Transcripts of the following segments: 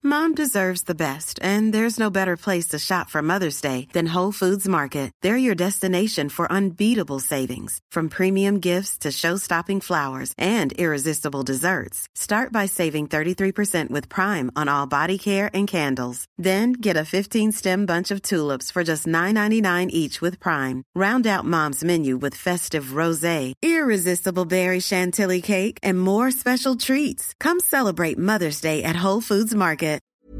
Mom deserves the best, and there's no better place to shop for Mother's Day than Whole Foods Market. They're your destination for unbeatable savings, from premium gifts to show-stopping flowers and irresistible desserts. Start by saving 33% with Prime on all body care and candles. Then get a 15-stem bunch of tulips for just $9.99 each with Prime. Round out Mom's menu with festive rosé, irresistible berry chantilly cake, and more special treats. Come celebrate Mother's Day at Whole Foods Market.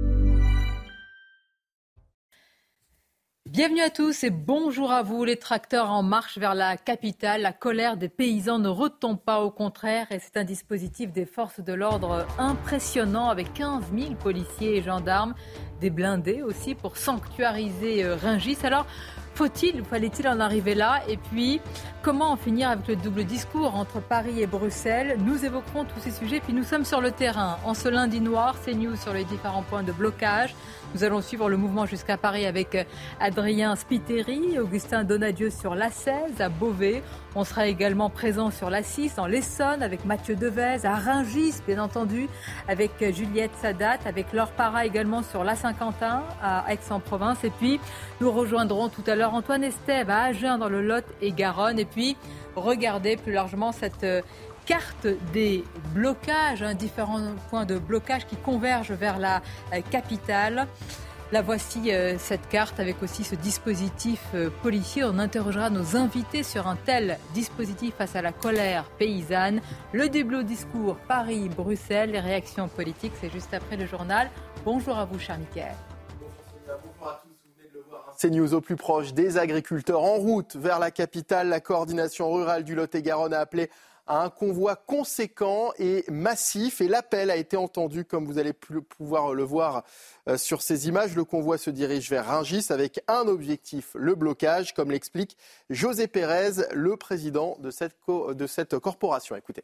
Bienvenue à tous et bonjour à vous. Les tracteurs en marche vers la capitale. La colère des paysans ne retombe pas, au contraire. Et c'est un dispositif des forces de l'ordre impressionnant avec 15 000 policiers et gendarmes. Des blindés aussi pour sanctuariser Rungis. Alors, fallait-il en arriver là? Et puis, comment en finir avec le double discours entre Paris et Bruxelles? Nous évoquerons tous ces sujets. Puis nous sommes sur le terrain. En ce lundi noir, CNews sur les différents points de blocage. Nous allons suivre le mouvement jusqu'à Paris avec Adrien Spiteri, Augustin Donadieu sur l'A16, à Beauvais. On sera également présent sur l'A6, dans l'Essonne, avec Mathieu Devez, à Rungis, bien entendu, avec Juliette Sadat, avec Laure Para également sur l'A51, à Aix-en-Provence. Et puis, nous rejoindrons tout à l'heure Antoine Estève, à Agen, dans le Lot-et-Garonne. Et puis, regardez plus largement cette carte des blocages, différents points de blocage qui convergent vers la capitale. La voici, cette carte, avec aussi ce dispositif policier. On interrogera nos invités sur un tel dispositif face à la colère paysanne. Le double discours Paris-Bruxelles, les réactions politiques, c'est juste après le journal. Bonjour à vous, cher Mickaël. Bonjour à tous, vous venez de le voir. CNews au plus proche des agriculteurs en route vers la capitale. La coordination rurale du Lot-et-Garonne a appelé à un convoi conséquent et massif. Et l'appel a été entendu, comme vous allez pouvoir le voir sur ces images. Le convoi se dirige vers Rungis avec un objectif, le blocage, comme l'explique José Pérez, le président de cette corporation. Écoutez.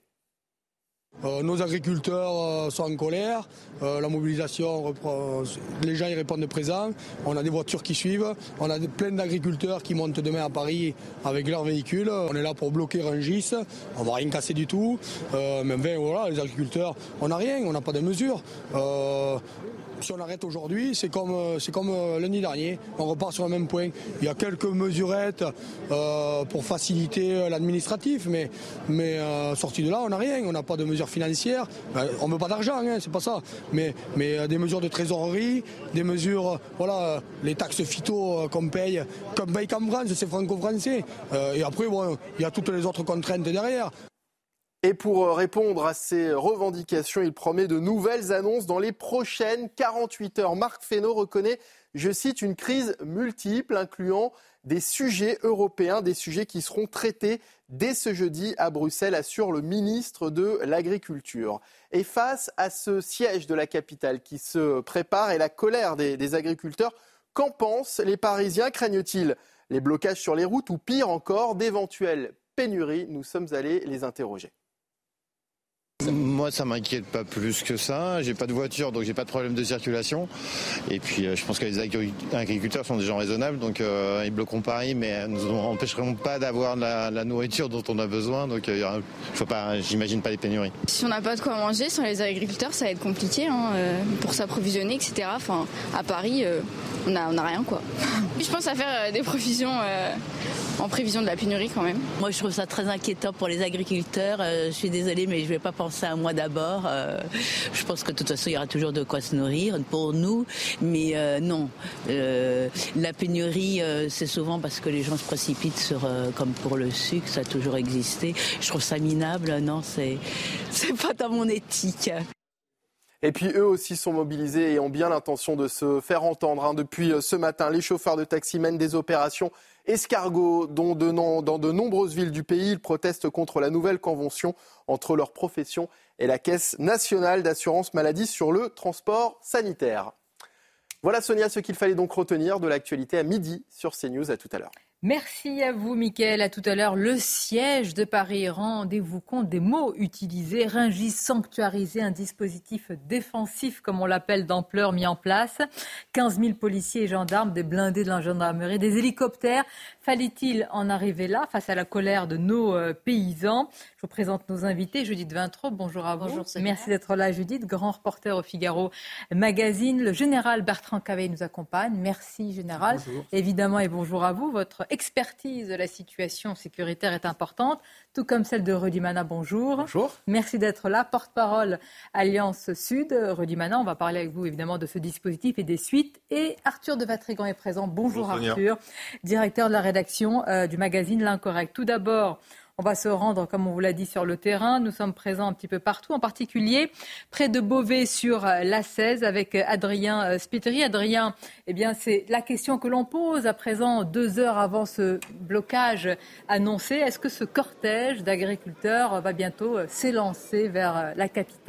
Nos agriculteurs sont en colère, la mobilisation reprend, les gens y répondent présent, on a des voitures qui suivent, on a plein d'agriculteurs qui montent demain à Paris avec leurs véhicules, on est là pour bloquer Rungis, on va rien casser du tout, mais ben, voilà, les agriculteurs, on n'a rien, on n'a pas de mesures. Si on arrête aujourd'hui, c'est comme lundi dernier, on repart sur le même point. Il y a quelques mesurettes pour faciliter l'administratif, mais sorti de là, on n'a rien, on n'a pas de mesures financières, on ne veut pas d'argent, hein, c'est pas ça, mais des mesures de trésorerie, des mesures, voilà, les taxes phyto qu'on paye, comme en France, c'est franco-français, et après, bon, il y a toutes les autres contraintes derrière. Et pour répondre à ces revendications, il promet de nouvelles annonces dans les prochaines 48 heures. Marc Fesneau reconnaît, je cite, une crise multiple incluant des sujets européens, des sujets qui seront traités dès ce jeudi à Bruxelles, assure le ministre de l'Agriculture. Et face à ce siège de la capitale qui se prépare et la colère des agriculteurs, qu'en pensent les Parisiens? Craignent-ils les blocages sur les routes ou pire encore, d'éventuelles pénuries? Nous sommes allés les interroger. Moi, ça m'inquiète pas plus que ça. J'ai pas de voiture, donc j'ai pas de problème de circulation. Et puis, je pense que les agriculteurs sont des gens raisonnables, donc ils bloqueront Paris, mais nous empêcheront pas d'avoir la nourriture dont on a besoin. Donc, j'imagine pas les pénuries. Si on n'a pas de quoi manger, sans les agriculteurs, ça va être compliqué pour s'approvisionner, etc. Enfin, à Paris, on n'a rien, quoi. Je pense à faire des provisions en prévision de la pénurie quand même. Moi, je trouve ça très inquiétant pour les agriculteurs. Je suis désolée, mais je ne vais pas penser à moi d'abord. Je pense que de toute façon, il y aura toujours de quoi se nourrir pour nous. Mais non, la pénurie, c'est souvent parce que les gens se précipitent sur, comme pour le sucre, ça a toujours existé. Je trouve ça minable. Non, c'est pas dans mon éthique. Et puis eux aussi sont mobilisés et ont bien l'intention de se faire entendre. Depuis ce matin, les chauffeurs de taxi mènent des opérations escargots dans de nombreuses villes du pays. Ils protestent contre la nouvelle convention entre leur profession et la Caisse nationale d'assurance maladie sur le transport sanitaire. Voilà Sonia, ce qu'il fallait donc retenir de l'actualité à midi sur CNews. À tout à l'heure. Merci à vous, Mickaël. À tout à l'heure. Le siège de Paris. Rendez-vous compte des mots utilisés. Rungis sanctuarisé, un dispositif défensif, comme on l'appelle, d'ampleur mis en place. 15 000 policiers et gendarmes, des blindés de la gendarmerie, des hélicoptères. Fallait-il en arriver là, face à la colère de nos paysans? Je vous présente nos invités. Judith Vintraud, bonjour à vous. Bonjour, merci d'être là, Judith. Grand reporter au Figaro Magazine. Le général Bertrand Caveille nous accompagne. Merci, général. Bonjour. Évidemment, et bonjour à vous. Votre expertise de la situation sécuritaire est importante, tout comme celle de Rudy Mana. Bonjour. Bonjour. Merci d'être là. Porte-parole Alliance Sud. Rudy Mana, on va parler avec vous évidemment de ce dispositif et des suites. Et Arthur de Vatrigan est présent. Bonjour Arthur, directeur de la rédaction du magazine L'Incorrect. Tout d'abord, on va se rendre, comme on vous l'a dit, sur le terrain. Nous sommes présents un petit peu partout, en particulier près de Beauvais sur l'A16 avec Adrien Spiteri. Adrien, eh bien, c'est la question que l'on pose à présent, 2 heures avant ce blocage annoncé. Est-ce que ce cortège d'agriculteurs va bientôt s'élancer vers la capitale ?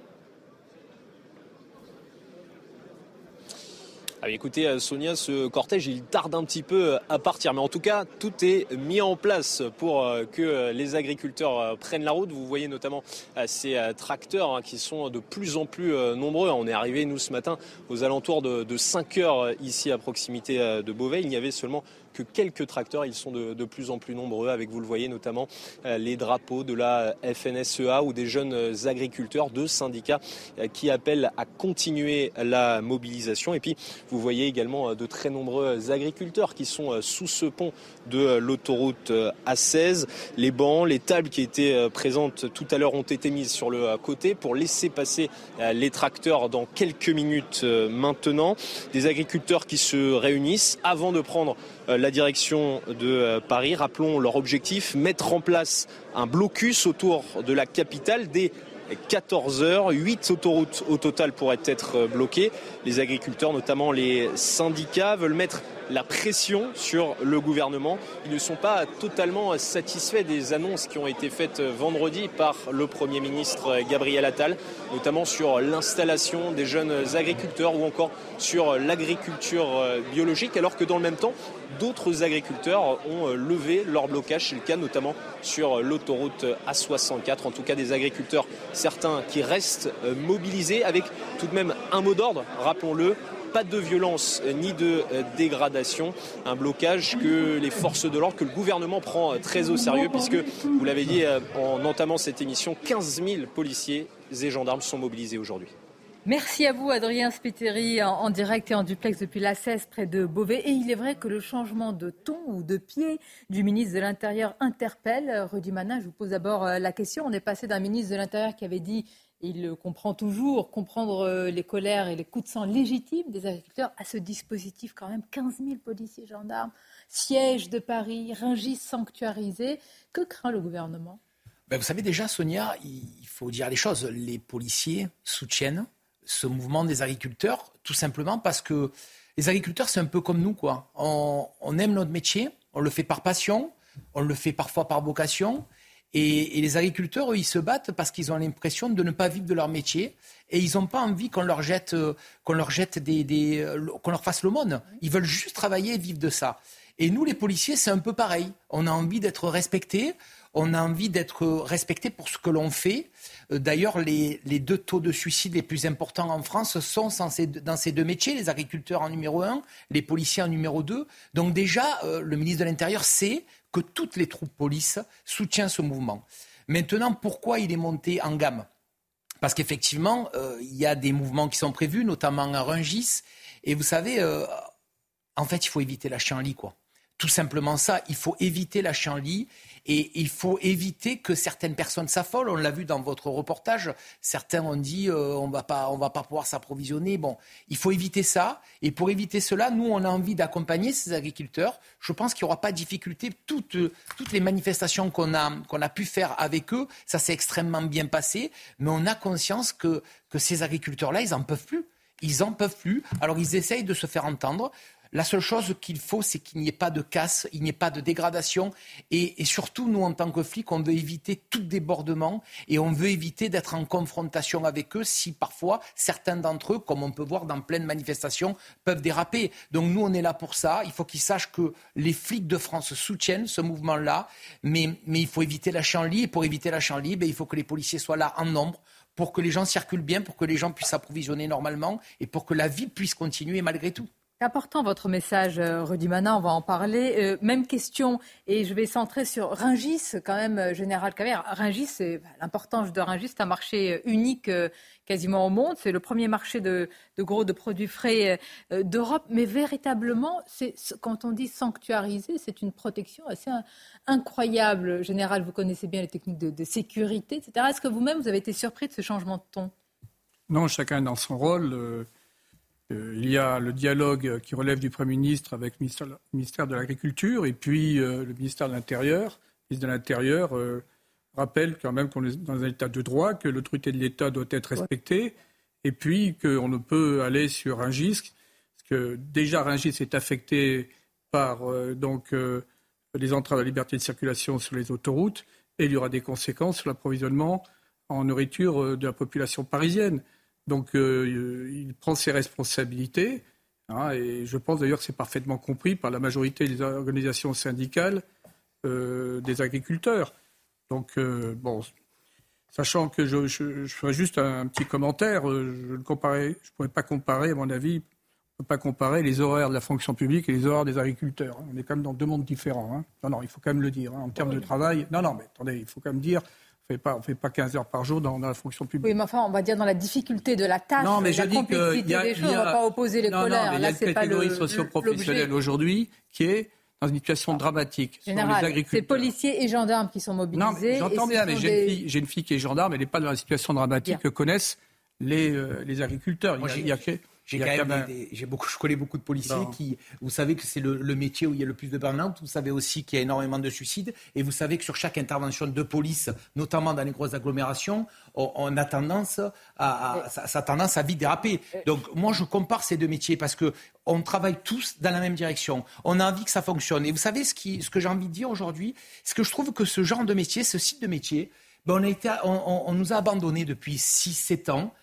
Ah, écoutez, Sonia, ce cortège, il tarde un petit peu à partir. Mais en tout cas, tout est mis en place pour que les agriculteurs prennent la route. Vous voyez notamment ces tracteurs qui sont de plus en plus nombreux. On est arrivé, nous, ce matin, aux alentours de 5 heures ici à proximité de Beauvais. Il n'y avait seulement que quelques tracteurs. Ils sont de plus en plus nombreux, avec, vous le voyez, notamment les drapeaux de la FNSEA ou des jeunes agriculteurs de syndicats qui appellent à continuer la mobilisation. Et puis, vous voyez également de très nombreux agriculteurs qui sont sous ce pont de l'autoroute A16. Les bancs, les tables qui étaient présentes tout à l'heure ont été mises sur le côté pour laisser passer les tracteurs dans quelques minutes maintenant. Des agriculteurs qui se réunissent avant de prendre la direction de Paris. Rappelons leur objectif, mettre en place un blocus autour de la capitale dès 14h. 8 autoroutes au total pourraient être bloquées. Les agriculteurs, notamment les syndicats, veulent mettre la pression sur le gouvernement. Ils ne sont pas totalement satisfaits des annonces qui ont été faites vendredi par le Premier ministre Gabriel Attal, notamment sur l'installation des jeunes agriculteurs ou encore sur l'agriculture biologique, alors que dans le même temps, d'autres agriculteurs ont levé leur blocage. C'est le cas notamment sur l'autoroute A64. En tout cas, des agriculteurs, certains qui restent mobilisés avec tout de même un mot d'ordre, rappelons-le. Pas de violence ni de dégradation. Un blocage que les forces de l'ordre, que le gouvernement prend très au sérieux, puisque, vous l'avez dit en entamant cette émission, 15 000 policiers et gendarmes sont mobilisés aujourd'hui. Merci à vous, Adrien Spiteri, en direct et en duplex depuis l'A16 près de Beauvais. Et il est vrai que le changement de ton ou de pied du ministre de l'Intérieur interpelle. Rudy Mana, je vous pose d'abord la question. On est passé d'un ministre de l'Intérieur qui avait dit, il le comprend toujours, comprendre les colères et les coups de sang légitimes des agriculteurs, à ce dispositif quand même, 15 000 policiers gendarmes, siège de Paris, Rungis sanctuarisé. Que craint le gouvernement ? Vous savez déjà, Sonia, il faut dire les choses. Les policiers soutiennent ce mouvement des agriculteurs, tout simplement parce que les agriculteurs, c'est un peu comme nous, quoi. On aime notre métier, on le fait par passion, on le fait parfois par vocation. Et les agriculteurs, eux, ils se battent parce qu'ils ont l'impression de ne pas vivre de leur métier et ils n'ont pas envie qu'on leur jette qu'on leur fasse l'aumône. Ils veulent juste travailler et vivre de ça. Et nous, les policiers, c'est un peu pareil. On a envie d'être respectés. On a envie d'être respecté pour ce que l'on fait. D'ailleurs, les 2 taux de suicide les plus importants en France sont dans ces 2 métiers, les agriculteurs en numéro 1, les policiers en numéro 2. Donc déjà, le ministre de l'Intérieur sait que toutes les troupes police soutiennent ce mouvement. Maintenant, pourquoi il est monté en gamme ? Parce qu'effectivement, il y a des mouvements qui sont prévus, notamment à Rungis. Et vous savez, en fait, il faut éviter la chienlit, quoi. Tout simplement ça, il faut éviter la chienlit et il faut éviter que certaines personnes s'affolent. On l'a vu dans votre reportage, certains ont dit on va pas pouvoir s'approvisionner. Bon, il faut éviter ça et pour éviter cela, nous on a envie d'accompagner ces agriculteurs. Je pense qu'il n'y aura pas de difficulté. Toutes les manifestations qu'on a pu faire avec eux, ça s'est extrêmement bien passé, mais on a conscience que ces agriculteurs-là, ils en peuvent plus. Ils en peuvent plus. Alors ils essayent de se faire entendre. La seule chose qu'il faut, c'est qu'il n'y ait pas de casse, il n'y ait pas de dégradation. Et surtout, nous, en tant que flics, on veut éviter tout débordement et on veut éviter d'être en confrontation avec eux si parfois certains d'entre eux, comme on peut voir dans plein de manifestations, peuvent déraper. Donc nous, on est là pour ça. Il faut qu'ils sachent que les flics de France soutiennent ce mouvement-là, mais il faut éviter la chanlie. Et pour éviter la chanlie, il faut que les policiers soient là en nombre, pour que les gens circulent bien, pour que les gens puissent s'approvisionner normalement et pour que la vie puisse continuer malgré tout. C'est important votre message, Rudy Mana, on va en parler. Même question, et je vais centrer sur Rungis, quand même, Général Caver. Rungis, l'importance de Rungis, c'est un marché unique quasiment au monde. C'est le premier marché de produits frais d'Europe. Mais véritablement, quand on dit sanctuarisé, c'est une protection assez incroyable. Général, vous connaissez bien les techniques de sécurité, etc. Est-ce que vous-même, vous avez été surpris de ce changement de ton ? Non, chacun dans son rôle. Il y a le dialogue qui relève du Premier ministre avec le ministère de l'Agriculture et puis le ministère de l'Intérieur. Le ministre de l'Intérieur rappelle quand même qu'on est dans un état de droit, que l'autorité de l'État doit être respectée et puis qu'on ne peut aller sur Rungis, parce que déjà Rungis est affecté par les entraves à la liberté de circulation sur les autoroutes et il y aura des conséquences sur l'approvisionnement en nourriture de la population parisienne. Donc il prend ses responsabilités, et je pense d'ailleurs que c'est parfaitement compris par la majorité des organisations syndicales des agriculteurs. Donc sachant que je ferai juste un petit commentaire, je ne pourrais pas comparer, à mon avis, on ne peut pas comparer les horaires de la fonction publique et les horaires des agriculteurs. On est quand même dans deux mondes différents. Non, il faut quand même le dire. En termes de travail, mais attendez, il faut quand même dire... On ne fait pas 15 heures par jour dans la fonction publique. Oui, mais enfin, on va dire dans la difficulté de la tâche, la complexité des choses. On ne va pas opposer les colères. Il y a une catégorie socio-professionnelle aujourd'hui qui est dans une situation dramatique. Général, c'est policiers et gendarmes qui sont mobilisés. Non, mais j'entends bien, mais j'ai une fille qui est gendarme, elle n'est pas dans la situation dramatique que connaissent les agriculteurs. Je connais beaucoup de policiers qui, vous savez que c'est le métier où il y a le plus de burn-out, vous savez aussi qu'il y a énormément de suicides, et vous savez que sur chaque intervention de police, notamment dans les grosses agglomérations, on a tendance ça a tendance à vite déraper. Donc moi je compare ces deux métiers parce que on travaille tous dans la même direction, on a envie que ça fonctionne. Et vous savez ce que j'ai envie de dire aujourd'hui, c'est que je trouve que ce genre de métier, ce type de métier, on nous a abandonnés depuis 6-7 ans.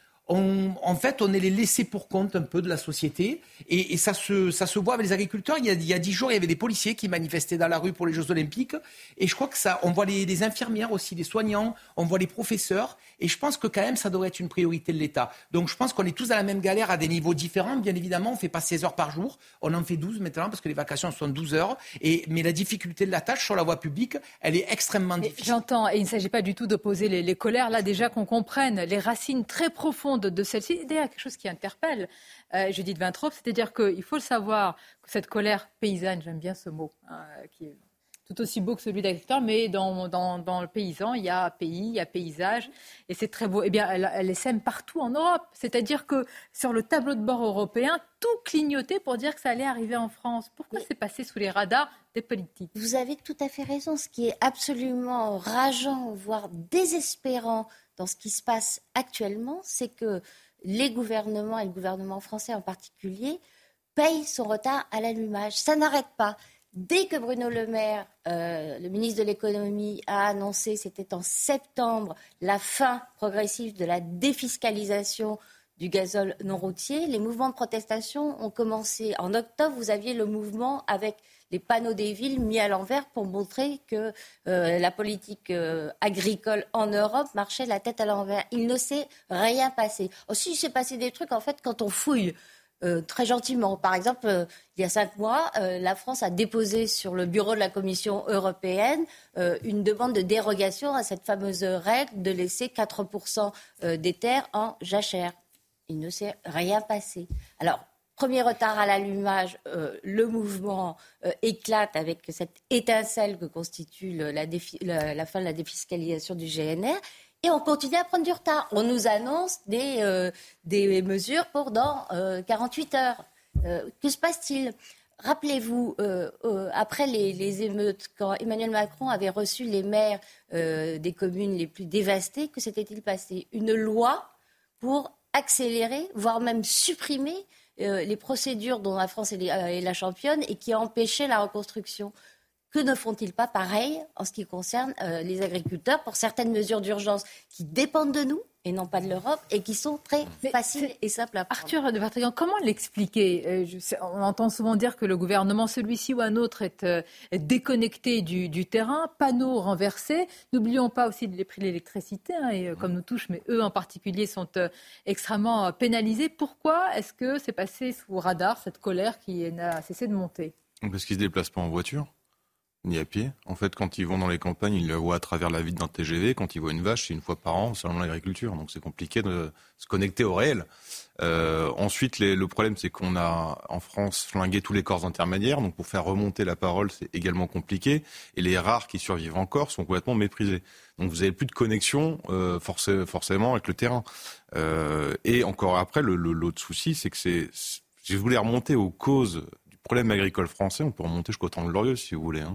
En fait, on est les laissés pour compte un peu de la société et ça se voit avec les agriculteurs. Il y a 10 jours, il y avait des policiers qui manifestaient dans la rue pour les Jeux Olympiques et je crois que on voit les infirmières aussi, les soignants, on voit les professeurs et je pense que quand même ça devrait être une priorité de l'État. Donc je pense qu'on est tous dans la même galère à des niveaux différents. Bien évidemment, on ne fait pas 16 heures par jour, on en fait 12 maintenant parce que les vacations sont 12 heures. Mais la difficulté de la tâche sur la voie publique, elle est extrêmement difficile. J'entends et il ne s'agit pas du tout d'opposer les colères. Là déjà qu'on comprenne les racines très profondes de celle-ci. D'ailleurs, quelque chose qui interpelle Judith Vintraub, c'est-à-dire qu'il faut le savoir que cette colère paysanne, j'aime bien ce mot, qui est tout aussi beau que celui d'agriculteur, mais dans le paysan, il y a pays, il y a paysage, et c'est très beau. Eh bien, elle sème partout en Europe. C'est-à-dire que sur le tableau de bord européen, tout clignotait pour dire que ça allait arriver en France. Pourquoi c'est passé sous les radars des politiques ? Vous avez tout à fait raison. Ce qui est absolument rageant, voire désespérant dans ce qui se passe actuellement, c'est que les gouvernements, et le gouvernement français en particulier, payent son retard à l'allumage. Ça n'arrête pas. Dès que Bruno Le Maire, le ministre de l'économie, a annoncé, c'était en septembre, la fin progressive de la défiscalisation du gazole non routier, les mouvements de protestation ont commencé. En octobre, vous aviez le mouvement avec les panneaux des villes mis à l'envers pour montrer que la politique agricole en Europe marchait la tête à l'envers. Il ne s'est rien passé. Aussi, il s'est passé des trucs, en fait, quand on fouille. Très gentiment. Par exemple, il y a 5 mois, la France a déposé sur le bureau de la Commission européenne une demande de dérogation à cette fameuse règle de laisser 4% des terres en jachère. Il ne s'est rien passé. Alors, premier retard à l'allumage, le mouvement éclate avec cette étincelle que constitue la fin de la défiscalisation du GNR. Et on continue à prendre du retard. On nous annonce des mesures pour dans 48 heures. Que se passe-t-il ? Rappelez-vous, après les émeutes, quand Emmanuel Macron avait reçu les maires des communes les plus dévastées, que s'était-il passé ? Une loi pour accélérer, voire même supprimer les procédures dont la France est la championne et qui a empêché la reconstruction. Que ne font-ils pas pareil en ce qui concerne les agriculteurs pour certaines mesures d'urgence qui dépendent de nous et non pas de l'Europe et qui sont très faciles et simples à prendre. Arthur de Vatrigan, comment l'expliquer ? On entend souvent dire que le gouvernement, celui-ci ou un autre, est déconnecté du terrain, panneaux renversés. N'oublions pas aussi les prix de l'électricité, et comme nous touche, mais eux en particulier sont extrêmement pénalisés. Pourquoi est-ce que c'est passé sous radar, cette colère qui n'a cessé de monter ? Parce qu'ils ne se déplacent pas en voiture ni à pied. En fait, quand ils vont dans les campagnes, ils le voient à travers la vitre d'un TGV. Quand ils voient une vache, c'est une fois par an, selon l'agriculture. Donc c'est compliqué de se connecter au réel. Ensuite, le problème, c'est qu'on a en France flingué tous les corps intermédiaires. Donc pour faire remonter la parole, c'est également compliqué. Et les rares qui survivent encore sont complètement méprisés. Donc vous n'avez plus de connexion forcément avec le terrain. Et encore après, l'autre souci, c'est que je voulais remonter aux causes problème agricole français, on peut remonter jusqu'au temps glorieux, si vous voulez.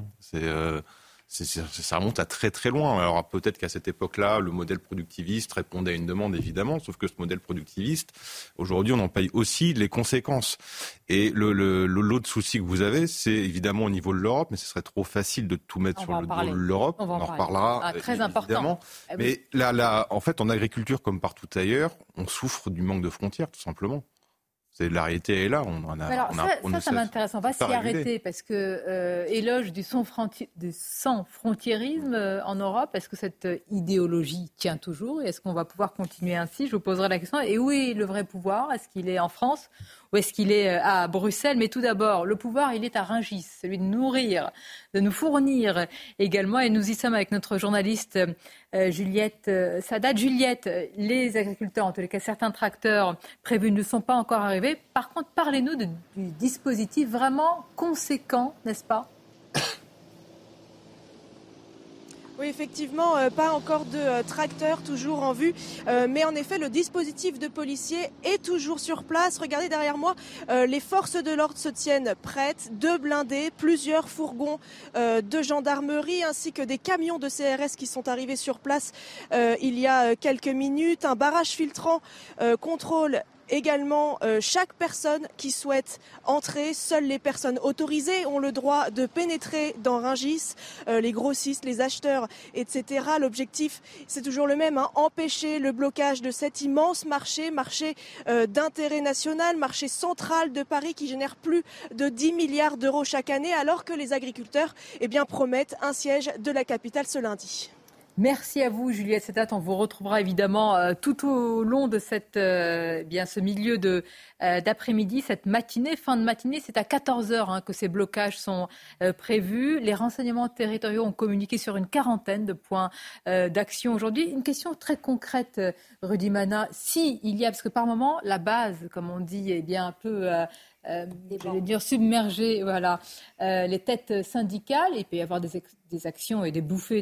Ça remonte à très très loin. Alors peut-être qu'à cette époque-là, le modèle productiviste répondait à une demande, évidemment, sauf que ce modèle productiviste, aujourd'hui, on en paye aussi les conséquences. Et l'autre souci que vous avez, c'est évidemment au niveau de l'Europe, mais ce serait trop facile de tout mettre sur le dos de l'Europe. On en reparlera, très évidemment. Important. Mais là, en fait, en agriculture, comme partout ailleurs, on souffre du manque de frontières, tout simplement. La réalité est là. Ça m'intéresse. On va s'y arrêter parce que éloge du sans-frontiérisme en Europe. Est-ce que cette idéologie tient toujours et est-ce qu'on va pouvoir continuer ainsi ? Je vous poserai la question. Et où est le vrai pouvoir ? Est-ce qu'il est en France ou est-ce qu'il est à Bruxelles ? Mais tout d'abord, le pouvoir, il est à Rungis, celui de nourrir, de nous fournir également. Et nous y sommes avec notre journaliste Juliette Sadat. Juliette, les agriculteurs, en tous les cas certains tracteurs prévus ne sont pas encore arrivés. Par contre, parlez-nous du dispositif vraiment conséquent, n'est-ce pas ? Oui, effectivement, pas encore de tracteurs toujours en vue. Mais en effet, le dispositif de policiers est toujours sur place. Regardez derrière moi, les forces de l'ordre se tiennent prêtes. 2 blindés, plusieurs fourgons de gendarmerie ainsi que des camions de CRS qui sont arrivés sur place il y a quelques minutes. Un barrage filtrant contrôle également chaque personne qui souhaite entrer. Seules les personnes autorisées ont le droit de pénétrer dans Rungis, les grossistes, les acheteurs, etc. L'objectif, c'est toujours le même, empêcher le blocage de cet immense marché d'intérêt national, marché central de Paris qui génère plus de 10 milliards d'euros chaque année, alors que les agriculteurs promettent un siège de la capitale ce lundi. Merci à vous, Juliette Sadat. On vous retrouvera évidemment tout au long de ce milieu d'après-midi, cette matinée. Fin de matinée, c'est à 14h que ces blocages sont prévus. Les renseignements territoriaux ont communiqué sur une quarantaine de points d'action aujourd'hui. Une question très concrète, Rudy Mana. Si il y a, parce que par moment, la base, comme on dit, est un peu... je vais dire submerger les têtes syndicales. Il peut y avoir des actions et des bouffées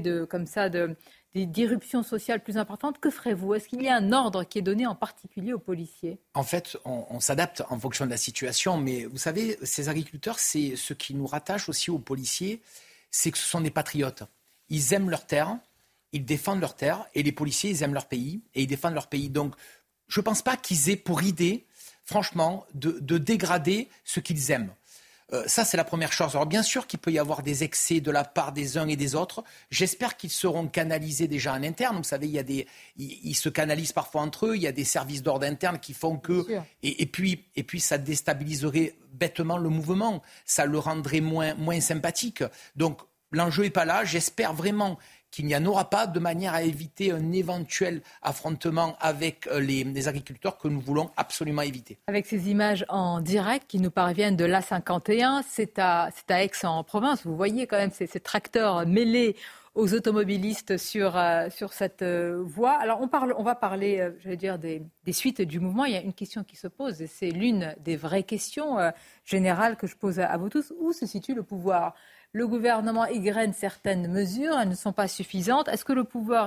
d'irruption sociale plus importantes. Que ferez-vous ? Est-ce qu'il y a un ordre qui est donné en particulier aux policiers ? En fait, on s'adapte en fonction de la situation. Mais vous savez, ces agriculteurs, c'est ce qui nous rattache aussi aux policiers, c'est que ce sont des patriotes. Ils aiment leur terre, ils défendent leur terre. Et les policiers, ils aiment leur pays et ils défendent leur pays. Donc, je ne pense pas qu'ils aient pour idée, franchement, de dégrader ce qu'ils aiment. Ça, c'est la première chose. Alors, bien sûr qu'il peut y avoir des excès de la part des uns et des autres. J'espère qu'ils seront canalisés déjà en interne. Vous savez, ils se canalisent parfois entre eux. Il y a des services d'ordre interne qui font que... Et puis, ça déstabiliserait bêtement le mouvement. Ça le rendrait moins sympathique. Donc, l'enjeu n'est pas là. J'espère vraiment qu'il n'y en aura pas, de manière à éviter un éventuel affrontement avec les agriculteurs que nous voulons absolument éviter. Avec ces images en direct qui nous parviennent de l'A51, c'est à Aix-en-Provence. Vous voyez quand même ces tracteurs mêlés aux automobilistes sur cette voie. Alors on va parler, des suites du mouvement. Il y a une question qui se pose et c'est l'une des vraies questions générales que je pose à vous tous. Où se situe le pouvoir ? Le gouvernement égrène certaines mesures, elles ne sont pas suffisantes. Est-ce que le pouvoir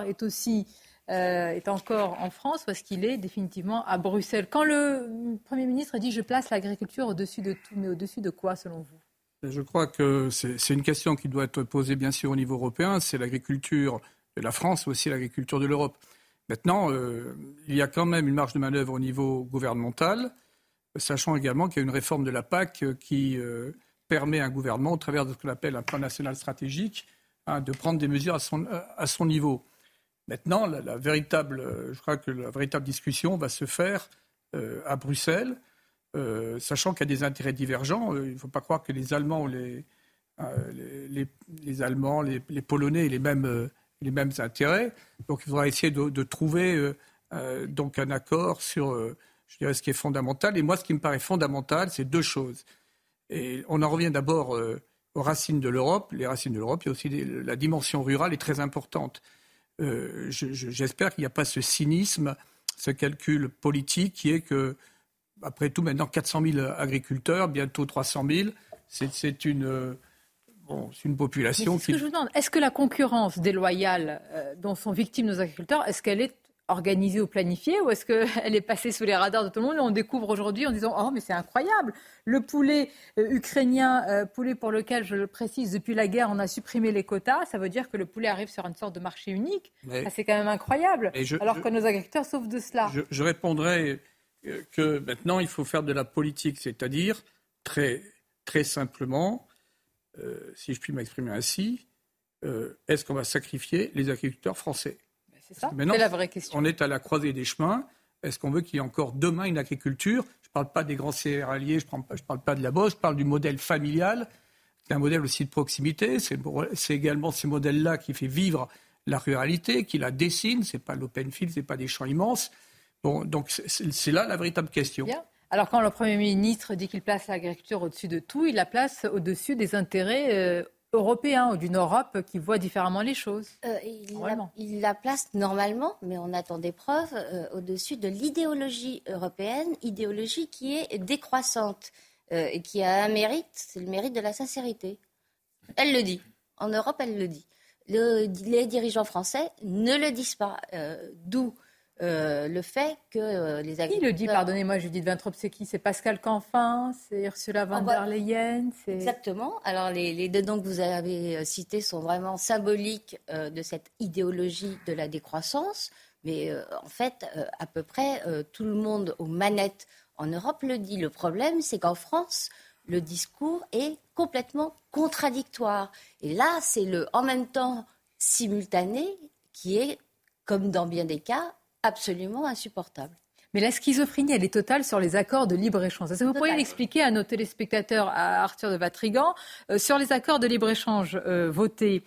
est encore en France ou est-ce qu'il est définitivement à Bruxelles ? Quand le Premier ministre dit « je place l'agriculture au-dessus de tout », mais au-dessus de quoi selon vous ? Je crois que c'est une question qui doit être posée bien sûr au niveau européen. C'est l'agriculture de la France, mais aussi l'agriculture de l'Europe. Maintenant, il y a quand même une marge de manœuvre au niveau gouvernemental. sachant également qu'il y a une réforme de la PAC qui permet à un gouvernement, au travers de ce qu'on appelle un plan national stratégique, de prendre des mesures à son niveau. Maintenant, je crois que la véritable discussion va se faire à Bruxelles, sachant qu'il y a des intérêts divergents. Il ne faut pas croire que les Allemands ou les Allemands, les Polonais aient les mêmes intérêts. Donc il faudra essayer de trouver donc un accord sur je dirais, ce qui est fondamental. Et moi, ce qui me paraît fondamental, c'est deux choses. Et on en revient d'abord aux racines de l'Europe. Les racines de l'Europe, il y a aussi la dimension rurale est très importante. J'espère qu'il n'y a pas ce cynisme, ce calcul politique qui est que, après tout, maintenant 400 000 agriculteurs, bientôt 300 000, c'est une population qui... Ce que je vous demande, est-ce que la concurrence déloyale dont sont victimes nos agriculteurs, est-ce qu'elle est organisée ou planifiée, ou est-ce qu'elle est passée sous les radars de tout le monde et on découvre aujourd'hui en disant « Oh, mais c'est incroyable, le poulet ukrainien, poulet pour lequel, je le précise, depuis la guerre, on a supprimé les quotas, ça veut dire que le poulet arrive sur une sorte de marché unique. Ça, c'est quand même incroyable, alors que nos agriculteurs souffrent de cela. » Je répondrai que maintenant, il faut faire de la politique, c'est-à-dire, très, très simplement, si je puis m'exprimer ainsi, est-ce qu'on va sacrifier les agriculteurs français ? C'est ça, c'est la vraie question. On est à la croisée des chemins. Est-ce qu'on veut qu'il y ait encore demain une agriculture ? Je ne parle pas des grands céréaliers, je ne parle pas de la bosse, je parle du modèle familial, qui est un modèle aussi de proximité. C'est également ce modèle-là qui fait vivre la ruralité, qui la dessine. Ce n'est pas l'open field, ce n'est pas des champs immenses. Bon, donc c'est là la véritable question. Bien. Alors quand le Premier ministre dit qu'il place l'agriculture au-dessus de tout, il la place au-dessus des intérêts européen ou d'une Europe qui voit différemment les choses. Il la place normalement, mais on attend des preuves, au-dessus de l'idéologie européenne, idéologie qui est décroissante et qui a un mérite, c'est le mérite de la sincérité. Elle le dit. En Europe, elle le dit. Les dirigeants français ne le disent pas. D'où le fait que les agriculteurs... Qui le dit, pardonnez-moi, Judith Vintraub, c'est qui ? C'est Pascal Canfin, c'est Ursula von der Leyen, Exactement. Alors les deux noms que vous avez cités sont vraiment symboliques de cette idéologie de la décroissance, mais en fait, à peu près tout le monde aux manettes en Europe le dit. Le problème, c'est qu'en France, le discours est complètement contradictoire. Et là, c'est le « en même temps » simultané qui est, comme dans bien des cas, absolument insupportable. Mais la schizophrénie, elle est totale sur les accords de libre-échange. Est-ce que vous pourriez l'expliquer à nos téléspectateurs, à Arthur de Vatrigan, sur les accords de libre-échange votés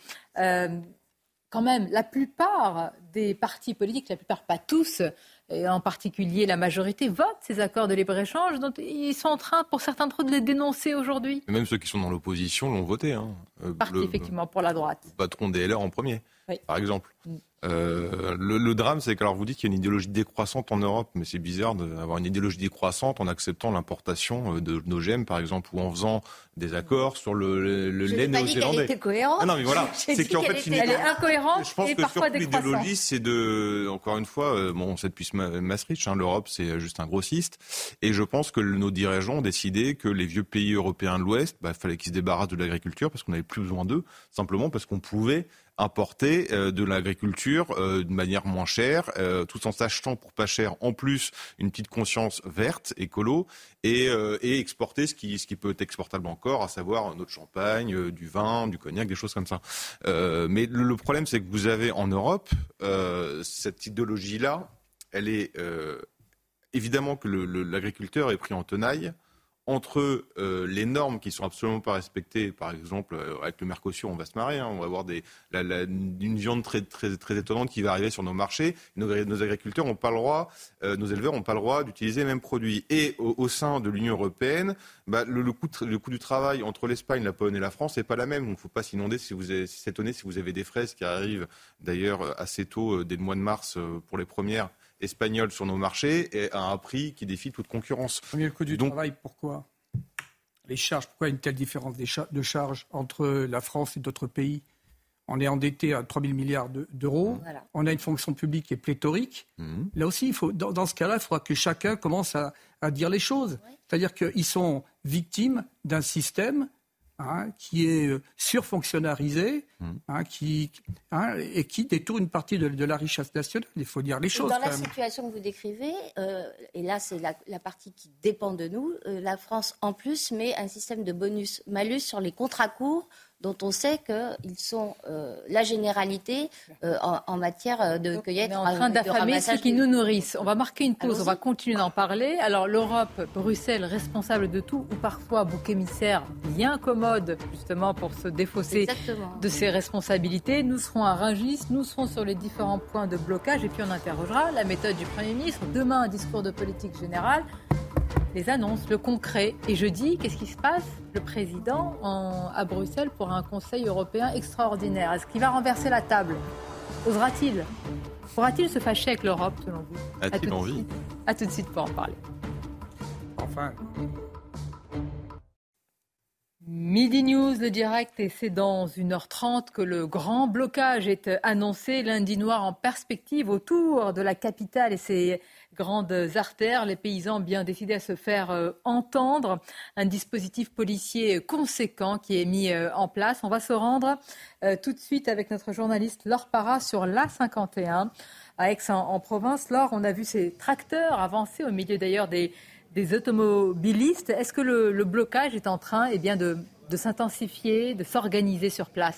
quand même, la plupart des partis politiques, la plupart, pas tous, et en particulier la majorité, votent ces accords de libre-échange. Donc ils sont en train, pour certains d'entre eux, de les dénoncer aujourd'hui. Et même ceux qui sont dans l'opposition l'ont voté. Parti, effectivement, pour la droite. Le patron des LR en premier, par exemple. Le drame, c'est que alors vous dites qu'il y a une idéologie décroissante en Europe, mais c'est bizarre d'avoir une idéologie décroissante en acceptant l'importation de d'OGM, par exemple, ou en faisant des accords sur le lait néo-zélandais. Elle était cohérente. Ah non, mais voilà, c'est qu'en fait, elle est incohérente je pense et que parfois surtout décroissante. l'idéologie, c'est encore une fois, c'est depuis Maastricht, l'Europe, c'est juste un grossiste, et je pense que nos dirigeants ont décidé que les vieux pays européens de l'Ouest, fallait qu'ils se débarrassent de l'agriculture parce qu'on n'avait plus besoin d'eux, simplement parce qu'on pouvait importer de l'agriculture de manière moins chère, tout en s'achetant pour pas cher, en plus une petite conscience verte, écolo, et exporter ce qui peut être exportable encore, à savoir notre champagne, du vin, du cognac, des choses comme ça. Mais le problème, c'est que vous avez en Europe cette idéologie-là, elle est évidemment que l'agriculteur est pris en tenaille entre les normes qui sont absolument pas respectées, par exemple avec le Mercosur, on va se marrer, on va avoir une viande très très très étonnante qui va arriver sur nos marchés. Nos agriculteurs n'ont pas le droit, nos éleveurs n'ont pas le droit d'utiliser les mêmes produits. Et au sein de l'Union européenne, le coût du travail entre l'Espagne, la Pologne et la France n'est pas la même. Donc il ne faut pas s'étonner si vous avez des fraises qui arrivent d'ailleurs assez tôt, dès le mois de mars pour les premières espagnols sur nos marchés et à un prix qui défie toute concurrence. Le coût du travail, pourquoi ? Les charges, pourquoi une telle différence de charges entre la France et d'autres pays ? On est endetté à 3 000 milliards d'euros. Voilà. On a une fonction publique qui est pléthorique. Là aussi, dans ce cas-là, il faudra que chacun commence à dire les choses. Oui. C'est-à-dire qu'ils sont victimes d'un système qui est surfonctionnalisé, et qui détourne une partie de la richesse nationale. Il faut dire les choses. Dans la situation que vous décrivez, et là c'est la partie qui dépend de nous, la France en plus met un système de bonus-malus sur les contrats courts dont on sait qu'ils sont la généralité en matière de cueillette. On est en train d'affamer ceux qui nous nourrissent. On va marquer une pause, on va continuer d'en parler. Alors l'Europe, Bruxelles, responsable de tout, ou parfois bouc émissaire bien commode, justement pour se défausser de ses responsabilités. Nous serons à Rungis, nous serons sur les différents points de blocage et puis on interrogera la méthode du Premier ministre. Demain, un discours de politique générale. Les annonces, le concret. Et jeudi, qu'est-ce qui se passe ? Le président à Bruxelles pour un Conseil européen extraordinaire. Est-ce qu'il va renverser la table ? Osera-t-il ? Pourra-t-il se fâcher avec l'Europe, selon vous ? A-t-il envie ? À tout de suite pour en parler. Enfin. Midi News, le direct, et c'est dans 1h30 que le grand blocage est annoncé. Lundi noir en perspective autour de la capitale et ses grandes artères. Les paysans ont bien décidé à se faire entendre. Un dispositif policier conséquent qui est mis en place. On va se rendre tout de suite avec notre journaliste Laure Parra sur l'A51 à Aix-en-Provence. Laure, on a vu ces tracteurs avancer au milieu d'ailleurs des automobilistes. Est-ce que le blocage est en train de s'intensifier, de s'organiser sur place ?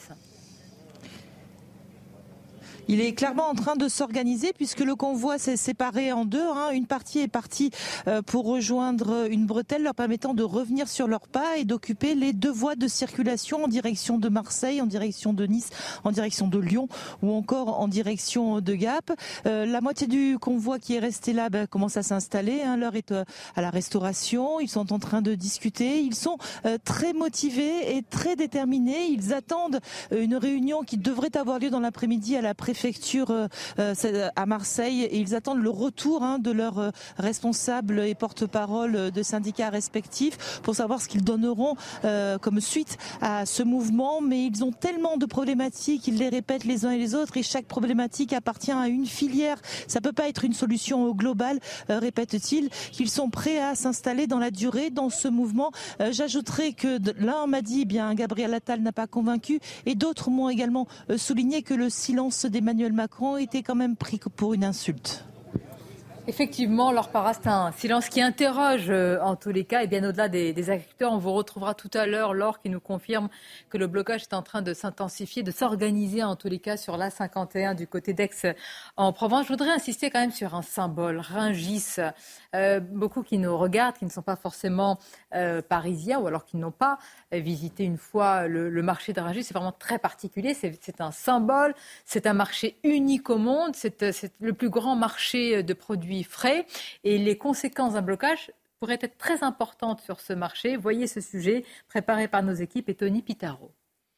Il est clairement en train de s'organiser puisque le convoi s'est séparé en deux. Une partie est partie pour rejoindre une bretelle leur permettant de revenir sur leurs pas et d'occuper les deux voies de circulation en direction de Marseille, en direction de Nice, en direction de Lyon ou encore en direction de Gap. La moitié du convoi qui est resté là commence à s'installer. L'heure est à la restauration. Ils sont en train de discuter. Ils sont très motivés et très déterminés. Ils attendent une réunion qui devrait avoir lieu dans l'après-midi à la préfecture à Marseille et ils attendent le retour de leurs responsables et porte-parole de syndicats respectifs pour savoir ce qu'ils donneront comme suite à ce mouvement. Mais ils ont tellement de problématiques, ils les répètent les uns et les autres et chaque problématique appartient à une filière. Ça peut pas être une solution globale, répètent-ils, qu'ils sont prêts à s'installer dans la durée dans ce mouvement. J'ajouterai que l'un m'a dit Gabriel Attal n'a pas convaincu et d'autres m'ont également souligné que le silence d'Emmanuel Macron était quand même pris pour une insulte. Effectivement, Laure Parra, c'est un silence qui interroge en tous les cas et bien au-delà des agriculteurs. On vous retrouvera tout à l'heure, Laure, qui nous confirme que le blocage est en train de s'intensifier, de s'organiser en tous les cas sur l'A51 du côté d'Aix-en-Provence. Je voudrais insister quand même sur un symbole, Rungis. Beaucoup qui nous regardent, qui ne sont pas forcément parisiens ou alors qui n'ont pas visité une fois le marché de Rungis. C'est vraiment très particulier, c'est un symbole, c'est un marché unique au monde, c'est le plus grand marché de produits frais et les conséquences d'un blocage pourraient être très importantes sur ce marché. Voyez ce sujet préparé par nos équipes et Tony Pitaro.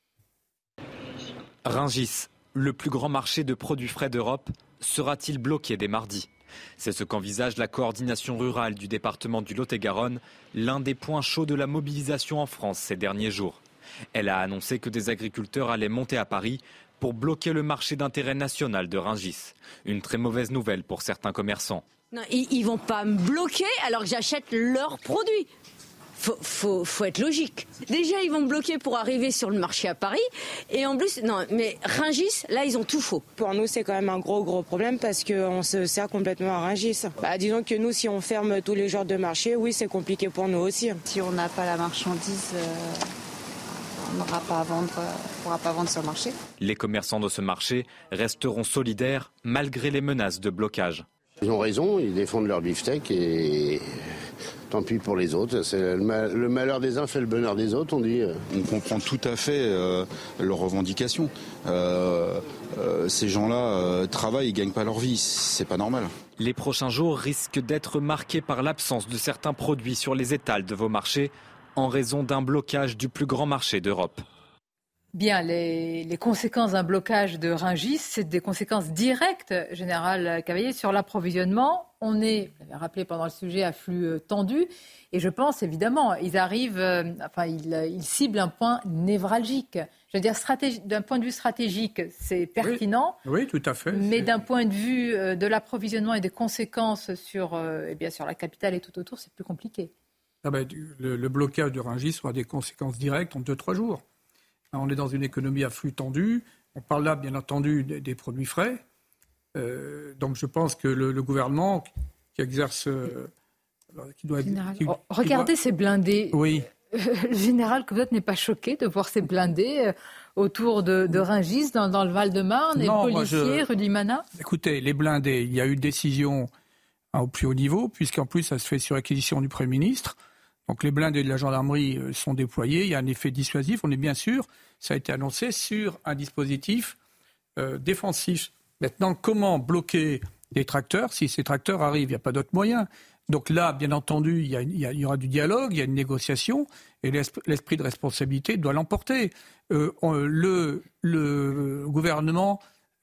Rungis, le plus grand marché de produits frais d'Europe, sera-t-il bloqué dès mardi ? C'est ce qu'envisage la coordination rurale du département du Lot-et-Garonne, l'un des points chauds de la mobilisation en France ces derniers jours. Elle a annoncé que des agriculteurs allaient monter à Paris pour bloquer le marché d'intérêt national de Rungis. Une très mauvaise nouvelle pour certains commerçants. Non, ils vont pas me bloquer alors que j'achète leurs produits. Faut être logique. Déjà, ils vont me bloquer pour arriver sur le marché à Paris. Et en plus, non, mais Rungis, là, ils ont tout faux. Pour nous, c'est quand même un gros problème parce qu'on se sert complètement à Rungis. Disons que nous, si on ferme tous les jours de marché, oui, c'est compliqué pour nous aussi. Si on n'a pas la marchandise, on n'aura pas à vendre, on pourra pas vendre sur le marché. Les commerçants de ce marché resteront solidaires malgré les menaces de blocage. Ils ont raison, ils défendent leur beefsteak et tant pis pour les autres. C'est le malheur des uns fait le bonheur des autres, on dit. On comprend tout à fait leurs revendications. Ces gens-là travaillent et ne gagnent pas leur vie, c'est pas normal. Les prochains jours risquent d'être marqués par l'absence de certains produits sur les étals de vos marchés en raison d'un blocage du plus grand marché d'Europe. Bien, les conséquences d'un blocage de Rungis, c'est des conséquences directes, Général Cavaillé, sur l'approvisionnement. On est, vous l'avez rappelé pendant le sujet, à flux tendu. Et je pense, évidemment, ils ciblent un point névralgique. Je veux dire, d'un point de vue stratégique, c'est pertinent. Oui, tout à fait. Mais d'un point de vue de l'approvisionnement et des conséquences sur la capitale et tout autour, c'est plus compliqué. Le blocage de Rungis aura des conséquences directes en 2-3 jours. On est dans une économie à flux tendu. On parle là, bien entendu, des produits frais. Donc je pense que le gouvernement qui exerce... Regardez ces blindés. Oui. Le général Covotte n'est pas choqué de voir ces blindés autour de Rungis, dans le Val-de-Marne, et policiers, rue Limana. Écoutez, les blindés, il y a eu une décision au plus haut niveau, puisqu'en plus ça se fait sur réquisition du Premier ministre. Donc les blindés de la gendarmerie sont déployés, il y a un effet dissuasif, on est bien sûr, ça a été annoncé, sur un dispositif défensif. Maintenant, comment bloquer des tracteurs? Si ces tracteurs arrivent, il n'y a pas d'autre moyen. Donc là, bien entendu, il y aura du dialogue, il y a une négociation, et l'esprit de responsabilité doit l'emporter. Le gouvernement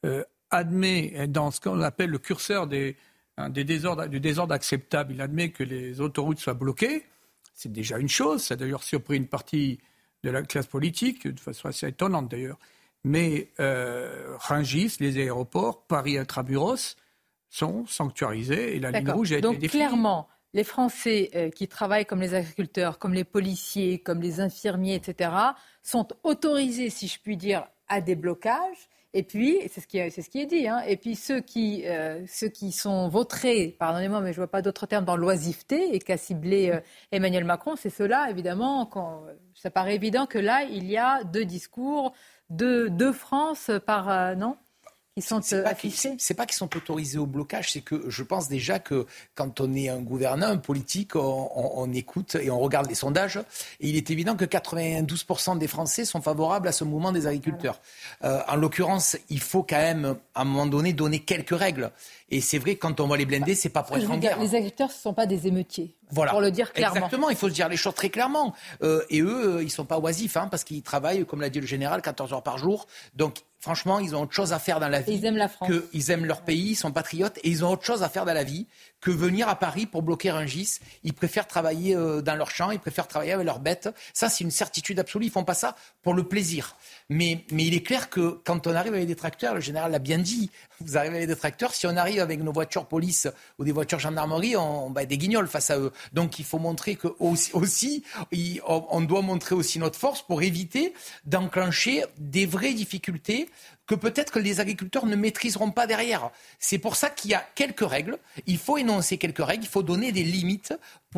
admet, dans ce qu'on appelle le curseur du désordre acceptable, il admet que les autoroutes soient bloquées. C'est déjà une chose, ça a d'ailleurs surpris une partie de la classe politique, de façon assez étonnante d'ailleurs. Mais Rungis, les aéroports, Paris Intramuros sont sanctuarisés et la ligne rouge a été définie. Donc clairement, les Français qui travaillent comme les agriculteurs, comme les policiers, comme les infirmiers, etc., sont autorisés, si je puis dire, à des blocages. Et puis, c'est ce qui est dit, hein, et puis ceux qui sont vautrés, pardonnez-moi, mais je ne vois pas d'autres termes, dans l'oisiveté, et qu'a ciblé Emmanuel Macron, c'est ceux-là, évidemment, ça paraît évident que là, il y a deux discours, deux France par... non ? Qui sont affichés. C'est pas qu'ils sont autorisés au blocage, c'est que je pense déjà que quand on est un gouvernant, un politique, on écoute et on regarde les sondages. Et il est évident que 92% des Français sont favorables à ce mouvement des agriculteurs. En l'occurrence, il faut quand même, à un moment donné, donner quelques règles. Et c'est vrai que quand on voit les blindés, c'est pas pour être en guerre. Les agriculteurs, ce ne sont pas des émeutiers. Voilà. Pour le dire clairement. Exactement, il faut se dire les choses très clairement. Et eux, ils ne sont pas oisifs, parce qu'ils travaillent, comme l'a dit le général, 14 heures par jour. Donc, franchement, ils ont autre chose à faire dans la vie. Et ils aiment la France. Ils aiment leur pays, ils sont patriotes, et ils ont autre chose à faire dans la vie que venir à Paris pour bloquer Rungis. Ils préfèrent travailler dans leur champ, ils préfèrent travailler avec leurs bêtes. Ça, c'est une certitude absolue. Ils ne font pas ça pour le plaisir. Mais il est clair que quand on arrive avec des tracteurs, le général l'a bien dit, vous arrivez avec des tracteurs, si on arrive avec nos voitures police ou des voitures gendarmerie, on va être des guignols face à eux. Donc il faut montrer que aussi, on doit montrer aussi notre force pour éviter d'enclencher des vraies difficultés que peut-être que les agriculteurs ne maîtriseront pas derrière. C'est pour ça qu'il y a quelques règles. Il faut énoncer quelques règles, il faut donner des limites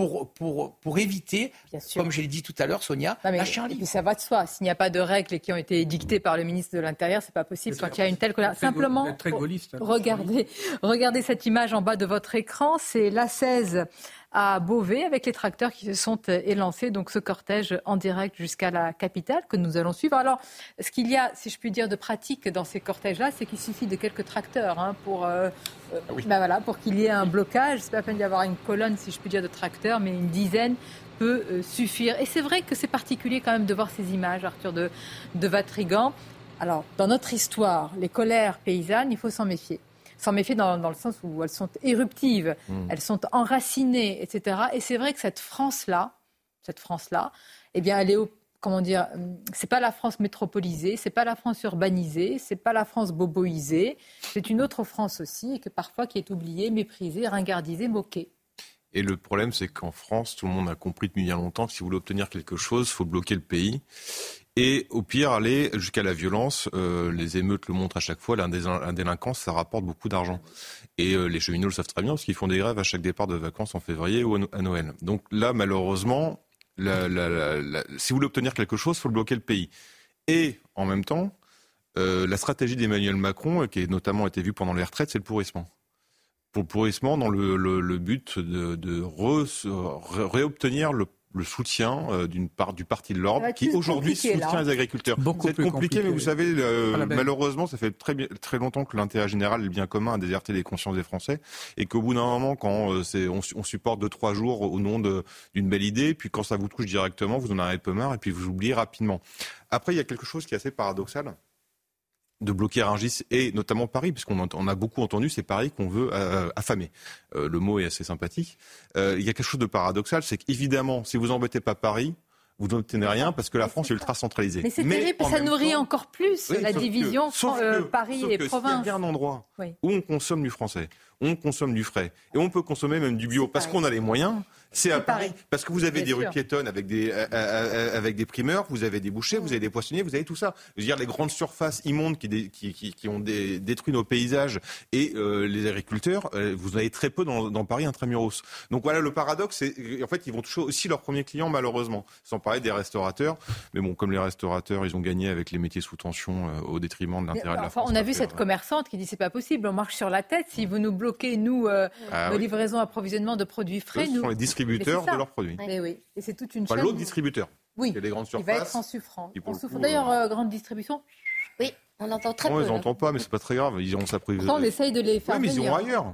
pour éviter, comme je l'ai dit tout à l'heure, Sonia, lâcher un livre. Ça va de soi. S'il n'y a pas de règles qui ont été dictées par le ministre de l'Intérieur, c'est pas possible quand il y a une telle colère. Simplement, regardez cette image en bas de votre écran, c'est l'A16 à Beauvais avec les tracteurs qui se sont élancés, donc ce cortège en direct jusqu'à la capitale que nous allons suivre. Alors, ce qu'il y a, si je puis dire, de pratique dans ces cortèges-là, c'est qu'il suffit de quelques tracteurs pour qu'il y ait un blocage. C'est pas la peine d'y avoir une colonne, si je puis dire, de tracteurs, mais une dizaine peut suffire. Et c'est vrai que c'est particulier quand même de voir ces images, Arthur de Vatrigan. Alors, dans notre histoire, les colères paysannes, il faut s'en méfier. S'en méfier dans le sens où elles sont éruptives, elles sont enracinées, etc. Et c'est vrai que cette France-là, eh bien, elle est c'est pas la France métropolisée, c'est pas la France urbanisée, c'est pas la France boboisée, c'est une autre France aussi, et que parfois qui est oubliée, méprisée, ringardisée, moquée. Et le problème, c'est qu'en France, tout le monde a compris depuis bien longtemps que si vous voulez obtenir quelque chose, il faut bloquer le pays. Et au pire, aller jusqu'à la violence. Les émeutes le montrent à chaque fois. La délinquance, ça rapporte beaucoup d'argent. Et les cheminots le savent très bien parce qu'ils font des grèves à chaque départ de vacances en février ou à Noël. Donc là, malheureusement, si vous voulez obtenir quelque chose, il faut bloquer le pays. Et en même temps, la stratégie d'Emmanuel Macron, qui a notamment été vue pendant les retraites, c'est le pourrissement. Pour le pourrissement, dans le but de réobtenir le soutien du parti de l'ordre qui aujourd'hui soutient les agriculteurs. C'est compliqué, mais vous savez, malheureusement, ça fait très longtemps que l'intérêt général, le bien commun, a déserté les consciences des Français et qu'au bout d'un moment, quand on supporte 2-3 jours au nom d'une belle idée, puis quand ça vous touche directement, vous en avez un peu marre et puis vous oubliez rapidement. Après, il y a quelque chose qui est assez paradoxal de bloquer Rungis et notamment Paris, puisqu'on a beaucoup entendu, c'est Paris qu'on veut affamer. Le mot est assez sympathique. Il y a quelque chose de paradoxal, c'est qu'évidemment, si vous n'embêtez pas Paris, vous n'obtenez rien parce que la France est ultra centralisée. Mais c'est terrible, ça nourrit encore plus la division Paris et province. Il y a bien un endroit où on consomme du français, on consomme du frais et on peut consommer même du bio parce qu'on a les moyens. C'est à Paris. Parce que vous avez des rues piétonnes avec des primeurs, vous avez des bouchers, vous avez des poissonniers, vous avez tout ça. Je veux dire, les grandes surfaces immondes qui ont détruit nos paysages et les agriculteurs, vous en avez très peu dans Paris intramuros. Donc voilà, le paradoxe, c'est en fait, ils vont toucher aussi leurs premiers clients, malheureusement. Sans parler des restaurateurs. Mais bon, comme les restaurateurs, ils ont gagné avec les métiers sous tension au détriment de l'intérêt de la France. On a vu cette commerçante qui dit c'est pas possible, on marche sur la tête. Si vous nous bloquez, nous, nos livraisons, approvisionnement de produits frais, nous... Ce sont les distributeurs de leurs produits. Mais oui, et c'est toute une chaîne. L'autre distributeur. Oui, les grandes surfaces, il va être en souffrant. D'ailleurs, grande distribution. Oui, on entend très peu. Ils n'entendent pas, mais c'est pas très grave. Ils auront Pourtant, on essaye de les faire venir. Mais ils iront ailleurs.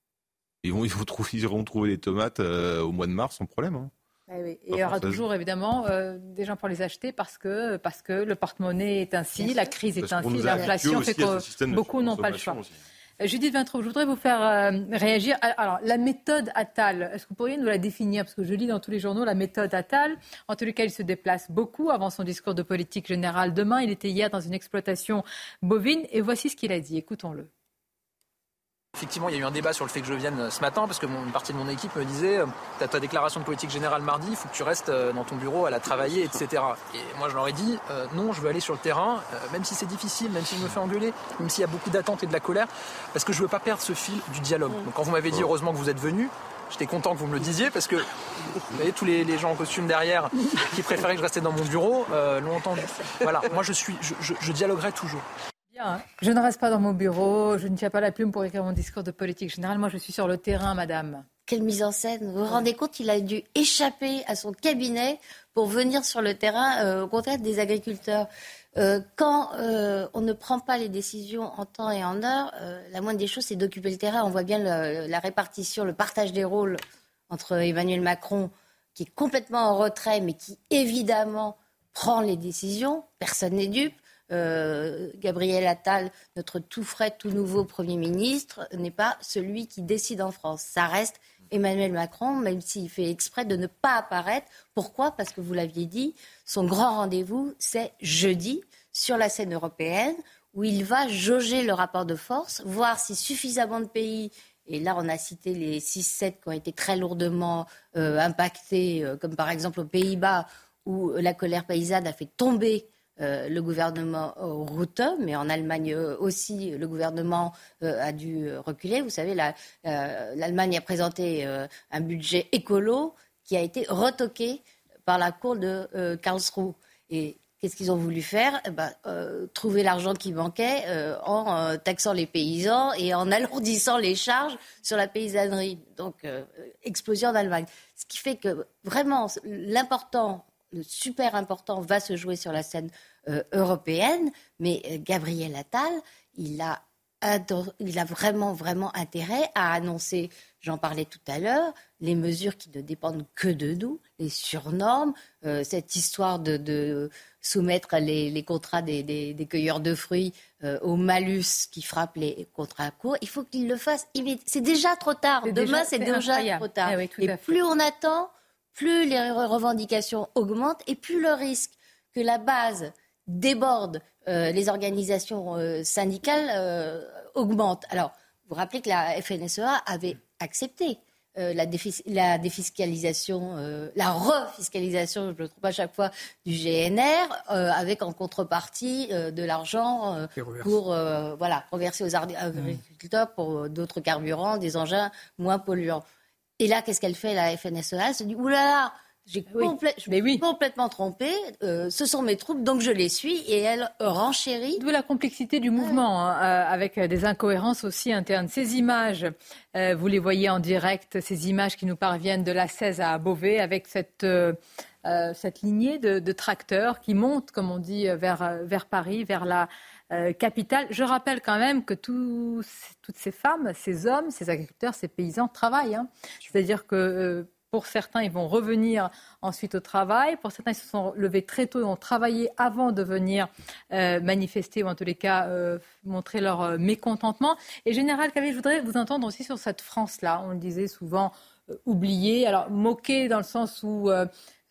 Ils iront trouver les tomates au mois de mars sans problème. Hein. Oui. Et il y aura toujours évidemment des gens pour les acheter parce que le porte-monnaie est ainsi, la crise est ainsi, l'inflation fait que beaucoup n'ont pas le choix. Judith Vintraud, je voudrais vous faire réagir. Alors, la méthode Attal, est-ce que vous pourriez nous la définir? Parce que je lis dans tous les journaux la méthode Attal. En tous les cas, il se déplace beaucoup avant son discours de politique générale demain. Il était hier dans une exploitation bovine et voici ce qu'il a dit. Écoutons-le. Effectivement, il y a eu un débat sur le fait que je vienne ce matin parce que une partie de mon équipe me disait t'as ta déclaration de politique générale mardi, il faut que tu restes dans ton bureau à la travailler, etc. Et moi, je leur ai dit non, je veux aller sur le terrain, même si c'est difficile, même si je me fais engueuler, même s'il y a beaucoup d'attentes et de la colère, parce que je veux pas perdre ce fil du dialogue. Donc quand vous m'avez dit heureusement que vous êtes venu, j'étais content que vous me le disiez parce que vous voyez tous les gens en costume derrière qui préféraient que je restais dans mon bureau l'ont entendu. Voilà, moi je dialoguerai toujours. Bien. Je ne reste pas dans mon bureau, je ne tiens pas la plume pour écrire mon discours de politique générale. Moi, je suis sur le terrain, madame. Quelle mise en scène. Vous vous rendez compte, il a dû échapper à son cabinet pour venir sur le terrain au contact des agriculteurs. Quand on ne prend pas les décisions en temps et en heure, la moindre des choses, c'est d'occuper le terrain. On voit bien la répartition, le partage des rôles entre Emmanuel Macron, qui est complètement en retrait, mais qui, évidemment, prend les décisions. Personne n'est dupe. Gabriel Attal, notre tout frais, tout nouveau Premier ministre, n'est pas celui qui décide en France. Ça reste Emmanuel Macron, même s'il fait exprès de ne pas apparaître. Pourquoi ? Parce que vous l'aviez dit, son grand rendez-vous, c'est jeudi, sur la scène européenne, où il va jauger le rapport de force, voir si suffisamment de pays, et là on a cité les 6-7 qui ont été très lourdement impactés, comme par exemple aux Pays-Bas, où la colère paysanne a fait tomber le gouvernement Rutte, mais en Allemagne aussi, le gouvernement a dû reculer. Vous savez, l'Allemagne a présenté un budget écolo qui a été retoqué par la cour de Karlsruhe. Et qu'est-ce qu'ils ont voulu faire ? Trouver l'argent qui manquait en taxant les paysans et en alourdissant les charges sur la paysannerie. Donc, explosion en Allemagne. Ce qui fait que vraiment, le super important va se jouer sur la scène européenne, mais Gabriel Attal, il a vraiment, vraiment intérêt à annoncer, j'en parlais tout à l'heure, les mesures qui ne dépendent que de nous, les surnormes, cette histoire de soumettre les contrats des cueilleurs de fruits au malus qui frappe les contrats courts. Il faut qu'il le fasse immédiatement. C'est déjà trop tard. Demain, c'est déjà trop tard. Oui, et plus on attend, plus les revendications augmentent et plus le risque que la base déborde les organisations syndicales augmente. Alors, vous vous rappelez que la FNSEA avait accepté la défiscalisation, la refiscalisation, je le trouve à chaque fois, du GNR, avec en contrepartie de l'argent pour reverser aux agriculteurs pour d'autres carburants, des engins moins polluants. Et là, qu'est-ce qu'elle fait, la FNSEA ? Elle se dit, oulala, je suis complètement trompée, ce sont mes troupes, donc je les suis, et elle renchérit. D'où la complexité du mouvement, avec des incohérences aussi internes. Ces images, vous les voyez en direct, ces images qui nous parviennent de la 16 à Beauvais, avec cette lignée de tracteurs qui montent, comme on dit, vers Paris, vers la capitale. Je rappelle quand même que toutes ces femmes, ces hommes, ces agriculteurs, ces paysans travaillent. C'est-à-dire que pour certains, ils vont revenir ensuite au travail. Pour certains, ils se sont levés très tôt et ont travaillé avant de venir manifester ou en tous les cas montrer leur mécontentement. Et Général Cavé, je voudrais vous entendre aussi sur cette France-là. On le disait souvent oubliée, alors moquée dans le sens où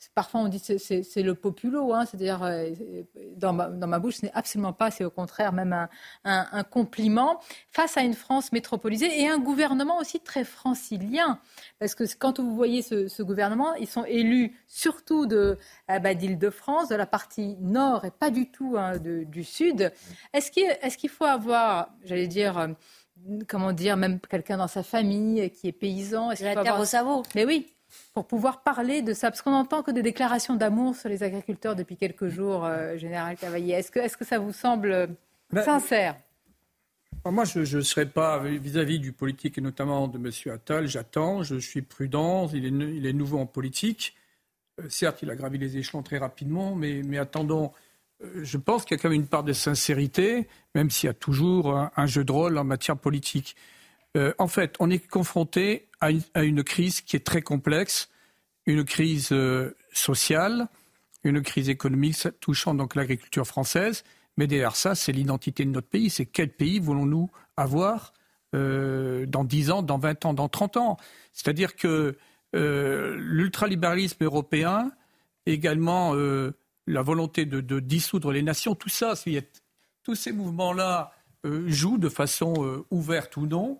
Parfois, on dit que c'est le populo, hein, c'est-à-dire, dans ma bouche, ce n'est absolument pas, c'est au contraire même un compliment, face à une France métropolisée et un gouvernement aussi très francilien. Parce que quand vous voyez ce gouvernement, ils sont élus surtout d'Île-de-France, de la partie nord et pas du tout du sud. Est-ce qu'il faut avoir, j'allais dire, même quelqu'un dans sa famille qui est paysan? La terre au sabot. Mais oui. Pour pouvoir parler de ça, parce qu'on n'entend que des déclarations d'amour sur les agriculteurs depuis quelques jours, Général Cavalier. Est-ce que ça vous semble sincère? Moi, je ne serai pas vis-à-vis du politique, et notamment de M. Attal. J'attends, je suis prudent, il est nouveau en politique. Certes, il a gravi les échelons très rapidement, mais attendons. Je pense qu'il y a quand même une part de sincérité, même s'il y a toujours un jeu de rôle en matière politique. En fait, on est confronté à une crise qui est très complexe, une crise sociale, une crise économique touchant donc l'agriculture française. Mais derrière ça, c'est l'identité de notre pays. C'est quel pays voulons-nous avoir dans 10 ans, dans 20 ans, dans 30 ans? C'est-à-dire que l'ultralibéralisme européen, également la volonté de dissoudre les nations, tout ça, tous ces mouvements-là jouent de façon ouverte ou non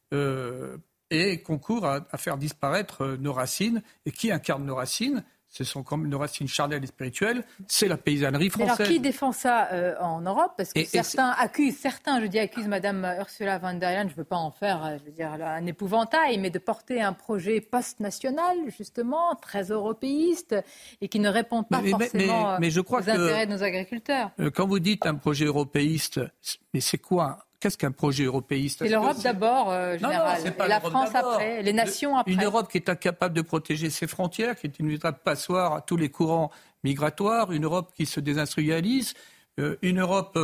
et concourent à faire disparaître nos racines. Et qui incarne nos racines? Ce sont comme nos racines charnelles et spirituelles, c'est la paysannerie française. Mais alors qui défend ça en Europe? Parce que certains accusent Mme Ursula von der Leyen, je ne veux pas en faire un épouvantail, mais de porter un projet post-national, justement, très européiste, et qui ne répond pas forcément aux intérêts de nos agriculteurs. Quand vous dites un projet européiste, mais c'est quoi? Qu'est-ce qu'un projet européiste? C'est l'Europe d'abord, Général, et la France après, les nations après. Une Europe qui est incapable de protéger ses frontières, qui est une véritable passoire à tous les courants migratoires, une Europe qui se désindustrialise, une Europe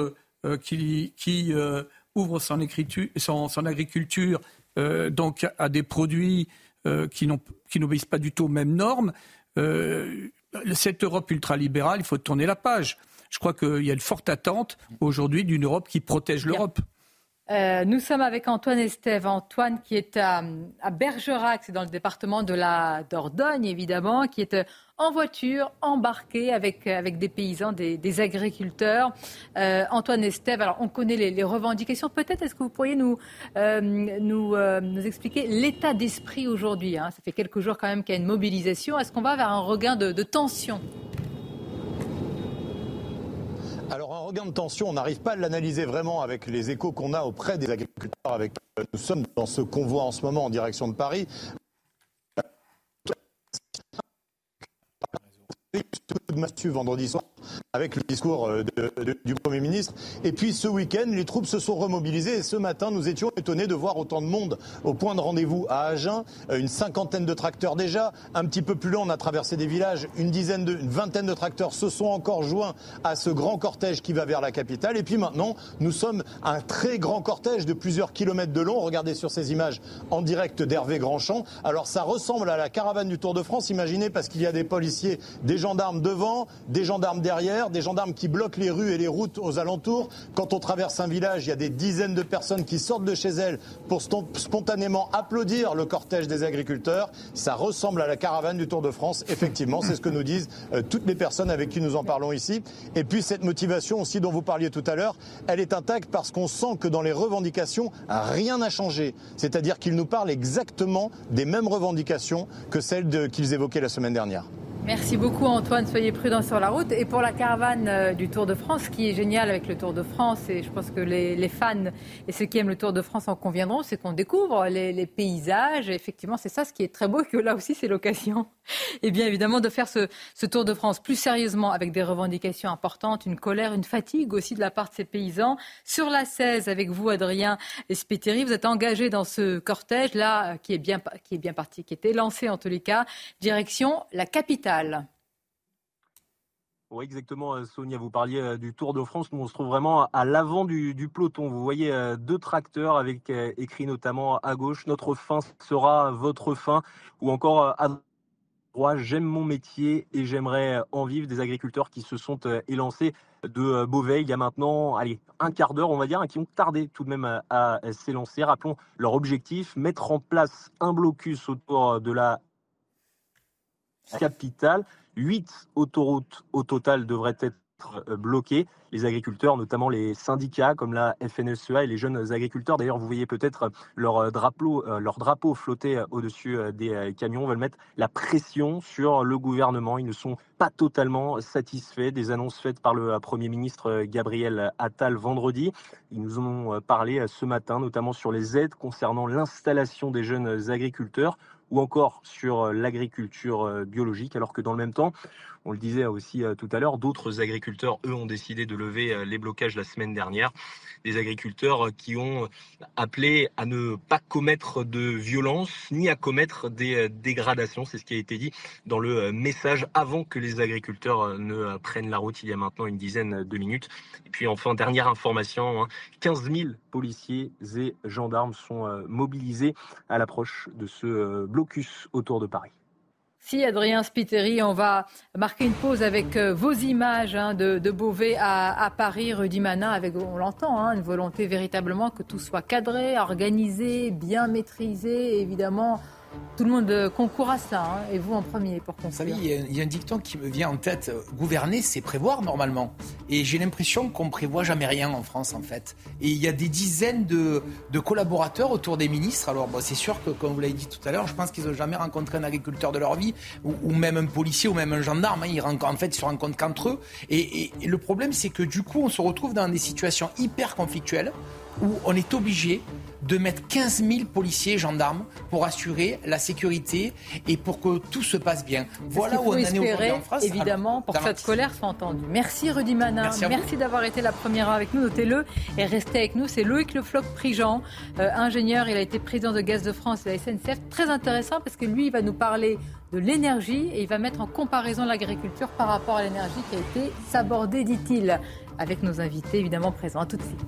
qui ouvre son agriculture donc à des produits qui n'obéissent pas du tout aux mêmes normes. Cette Europe ultralibérale, il faut tourner la page. Je crois qu'il y a une forte attente aujourd'hui d'une Europe qui protège l'Europe. Nous sommes avec Antoine Estève. Antoine qui est à Bergerac, c'est dans le département de la Dordogne évidemment, qui est en voiture, embarqué avec des paysans, des agriculteurs. Antoine Estève, alors on connaît les revendications. Peut-être est-ce que vous pourriez nous expliquer l'état d'esprit aujourd'hui, hein? Ça fait quelques jours quand même qu'il y a une mobilisation. Est-ce qu'on va vers un regain de tension? Alors un regain de tension, on n'arrive pas à l'analyser vraiment avec les échos qu'on a auprès des agriculteurs. Nous sommes dans ce convoi en ce moment en direction de Paris. De massue vendredi soir avec le discours du Premier ministre. Et puis ce week-end, les troupes se sont remobilisées et ce matin, nous étions étonnés de voir autant de monde au point de rendez-vous à Agen, une 50aine de tracteurs déjà. Un petit peu plus loin, on a traversé des villages, une vingtaine de tracteurs se sont encore joints à ce grand cortège qui va vers la capitale. Et puis maintenant, nous sommes un très grand cortège de plusieurs kilomètres de long. Regardez sur ces images en direct d'Hervé Grandchamp. Alors ça ressemble à la caravane du Tour de France, imaginez, parce qu'il y a des policiers, des gendarmes devant, des gendarmes derrière, des gendarmes qui bloquent les rues et les routes aux alentours. Quand on traverse un village, il y a des dizaines de personnes qui sortent de chez elles pour spontanément applaudir le cortège des agriculteurs. Ça ressemble à la caravane du Tour de France, effectivement, c'est ce que nous disent toutes les personnes avec qui nous en parlons ici. Et puis cette motivation aussi dont vous parliez tout à l'heure, elle est intacte parce qu'on sent que dans les revendications, rien n'a changé. C'est-à-dire qu'ils nous parlent exactement des mêmes revendications que celles qu'ils évoquaient la semaine dernière. Merci beaucoup Antoine, soyez prudents sur la route. Et pour la caravane du Tour de France, ce qui est génial avec le Tour de France, et je pense que les fans et ceux qui aiment le Tour de France en conviendront, c'est qu'on découvre les paysages. Et effectivement, c'est ça ce qui est très beau, que là aussi c'est l'occasion, et bien évidemment, de faire ce Tour de France plus sérieusement, avec des revendications importantes, une colère, une fatigue aussi de la part de ces paysans. Sur la 16, avec vous Adrien Spiteri, vous êtes engagé dans ce cortège là qui est bien parti, qui était lancé en tous les cas, direction la capitale. Oui, exactement, Sonia, vous parliez du Tour de France. Nous, on se trouve vraiment à l'avant du peloton. Vous voyez deux tracteurs avec écrit notamment à gauche « Notre fin sera votre fin » ou encore à droite « J'aime mon métier et j'aimerais en vivre » des agriculteurs qui se sont élancés de Beauvais il y a maintenant un quart d'heure, on va dire, et qui ont tardé tout de même à s'élancer. Rappelons leur objectif, mettre en place un blocus autour de la capitale. 8 autoroutes au total devraient être bloqués. Les agriculteurs, notamment les syndicats comme la FNSEA et les jeunes agriculteurs, d'ailleurs vous voyez peut-être leur drapeau flotter au-dessus des camions, veulent mettre la pression sur le gouvernement. Ils ne sont pas totalement satisfaits des annonces faites par le Premier ministre Gabriel Attal vendredi. Ils nous en ont parlé ce matin, notamment sur les aides concernant l'installation des jeunes agriculteurs ou encore sur l'agriculture biologique, alors que dans le même temps, on le disait aussi tout à l'heure, d'autres agriculteurs, eux, ont décidé de lever les blocages la semaine dernière. Des agriculteurs qui ont appelé à ne pas commettre de violence ni à commettre des dégradations. C'est ce qui a été dit dans le message avant que les agriculteurs ne prennent la route il y a maintenant une dizaine de minutes. Et puis enfin, dernière information, 15 000 policiers et gendarmes sont mobilisés à l'approche de ce blocus autour de Paris. Si Adrien Spiteri, on va marquer une pause avec vos images de Beauvais à Paris, rue du Manin, avec, on l'entend, une volonté véritablement que tout soit cadré, organisé, bien maîtrisé, et évidemment. Tout le monde concourt à ça, et vous en premier pour conclure. Vous savez, il y a un dicton qui me vient en tête. Gouverner, c'est prévoir normalement. Et j'ai l'impression qu'on ne prévoit jamais rien en France, en fait. Et il y a des dizaines de collaborateurs autour des ministres. Alors, c'est sûr que, comme vous l'avez dit tout à l'heure, je pense qu'ils n'ont jamais rencontré un agriculteur de leur vie, ou même un policier, ou même un gendarme. Ils se rencontrent qu'entre eux. Et le problème, c'est que du coup, on se retrouve dans des situations hyper conflictuelles où on est obligé de mettre 15 000 policiers et gendarmes pour assurer la sécurité et pour que tout se passe bien. Voilà où on en est aujourd'hui en France. Évidemment, pour que cette colère soit entendue. Merci Rudy Manin, merci d'avoir été la première heure avec nous. Notez-le et restez avec nous. C'est Loïc Le Floch-Prigent, ingénieur. Il a été président de Gaz de France et de la SNCF. Très intéressant parce que lui, il va nous parler de l'énergie et il va mettre en comparaison l'agriculture par rapport à l'énergie qui a été sabordée, dit-il, avec nos invités évidemment présents. À tout de suite.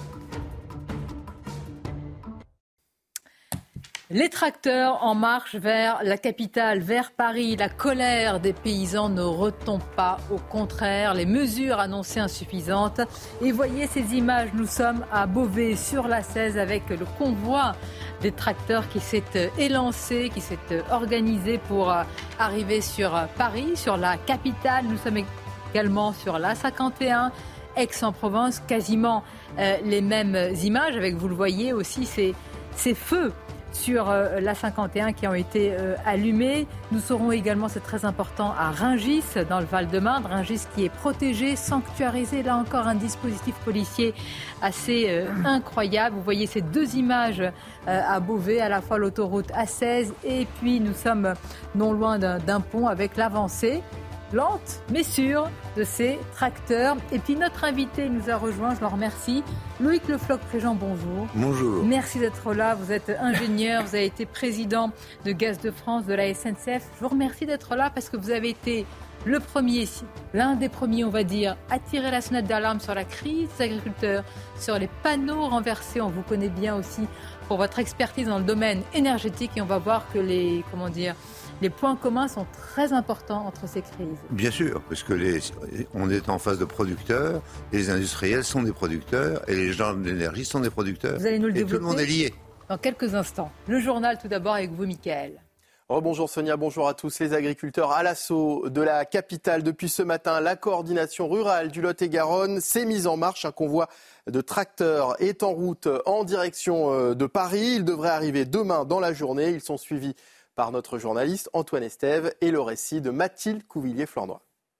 Les tracteurs en marche vers la capitale, vers Paris. La colère des paysans ne retombe pas. Au contraire, les mesures annoncées insuffisantes. Et voyez ces images, nous sommes à Beauvais, sur la 16, avec le convoi des tracteurs qui s'est élancé, qui s'est organisé pour arriver sur Paris, sur la capitale. Nous sommes également sur la 51, Aix-en-Provence. Quasiment les mêmes images, avec, vous le voyez aussi, ces feux sur la 51 qui ont été allumés. Nous serons également, c'est très important, à Rungis, dans le Val-de-Marne. Rungis qui est protégé, sanctuarisé. Là encore, un dispositif policier assez incroyable. Vous voyez ces deux images à Beauvais, à la fois l'autoroute A16 et puis nous sommes non loin d'un pont avec l'avancée lente mais sûre de ces tracteurs. Et puis notre invité nous a rejoint, je le remercie. Loïc Le Floch-Prigent, bonjour. Bonjour. Merci d'être là. Vous êtes ingénieur, vous avez été président de Gaz de France, de la SNCF. Je vous remercie d'être là parce que vous avez été l'un des premiers, on va dire, à tirer la sonnette d'alarme sur la crise des agriculteurs, sur les panneaux renversés. On vous connaît bien aussi pour votre expertise dans le domaine énergétique et on va voir que les points communs sont très importants entre ces crises. Bien sûr, parce que on est en phase de producteurs, les industriels sont des producteurs et les gens de l'énergie sont des producteurs. Vous allez nous le développer. Tout le monde est lié. Dans quelques instants. Le journal tout d'abord avec vous, Mickaël. Bonjour Sonia, bonjour à tous. Les agriculteurs à l'assaut de la capitale. Depuis ce matin, la coordination rurale du Lot-et-Garonne s'est mise en marche. Un convoi de tracteurs est en route en direction de Paris. Il devrait arriver demain dans la journée. Ils sont suivis par notre journaliste Antoine Estève et le récit de Mathilde Couvillier-Flandrois.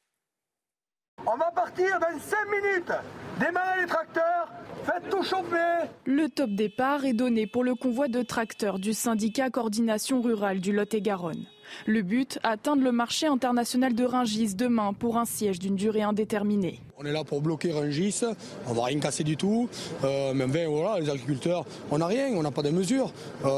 On va partir dans 5 minutes. Démarrez les tracteurs, faites tout chauffer. Le top départ est donné pour le convoi de tracteurs du syndicat Coordination Rurale du Lot-et-Garonne. Le but, atteindre le marché international de Rungis demain pour un siège d'une durée indéterminée. On est là pour bloquer Rungis, on va rien casser du tout. Mais voilà, les agriculteurs, on n'a rien, on n'a pas de mesures.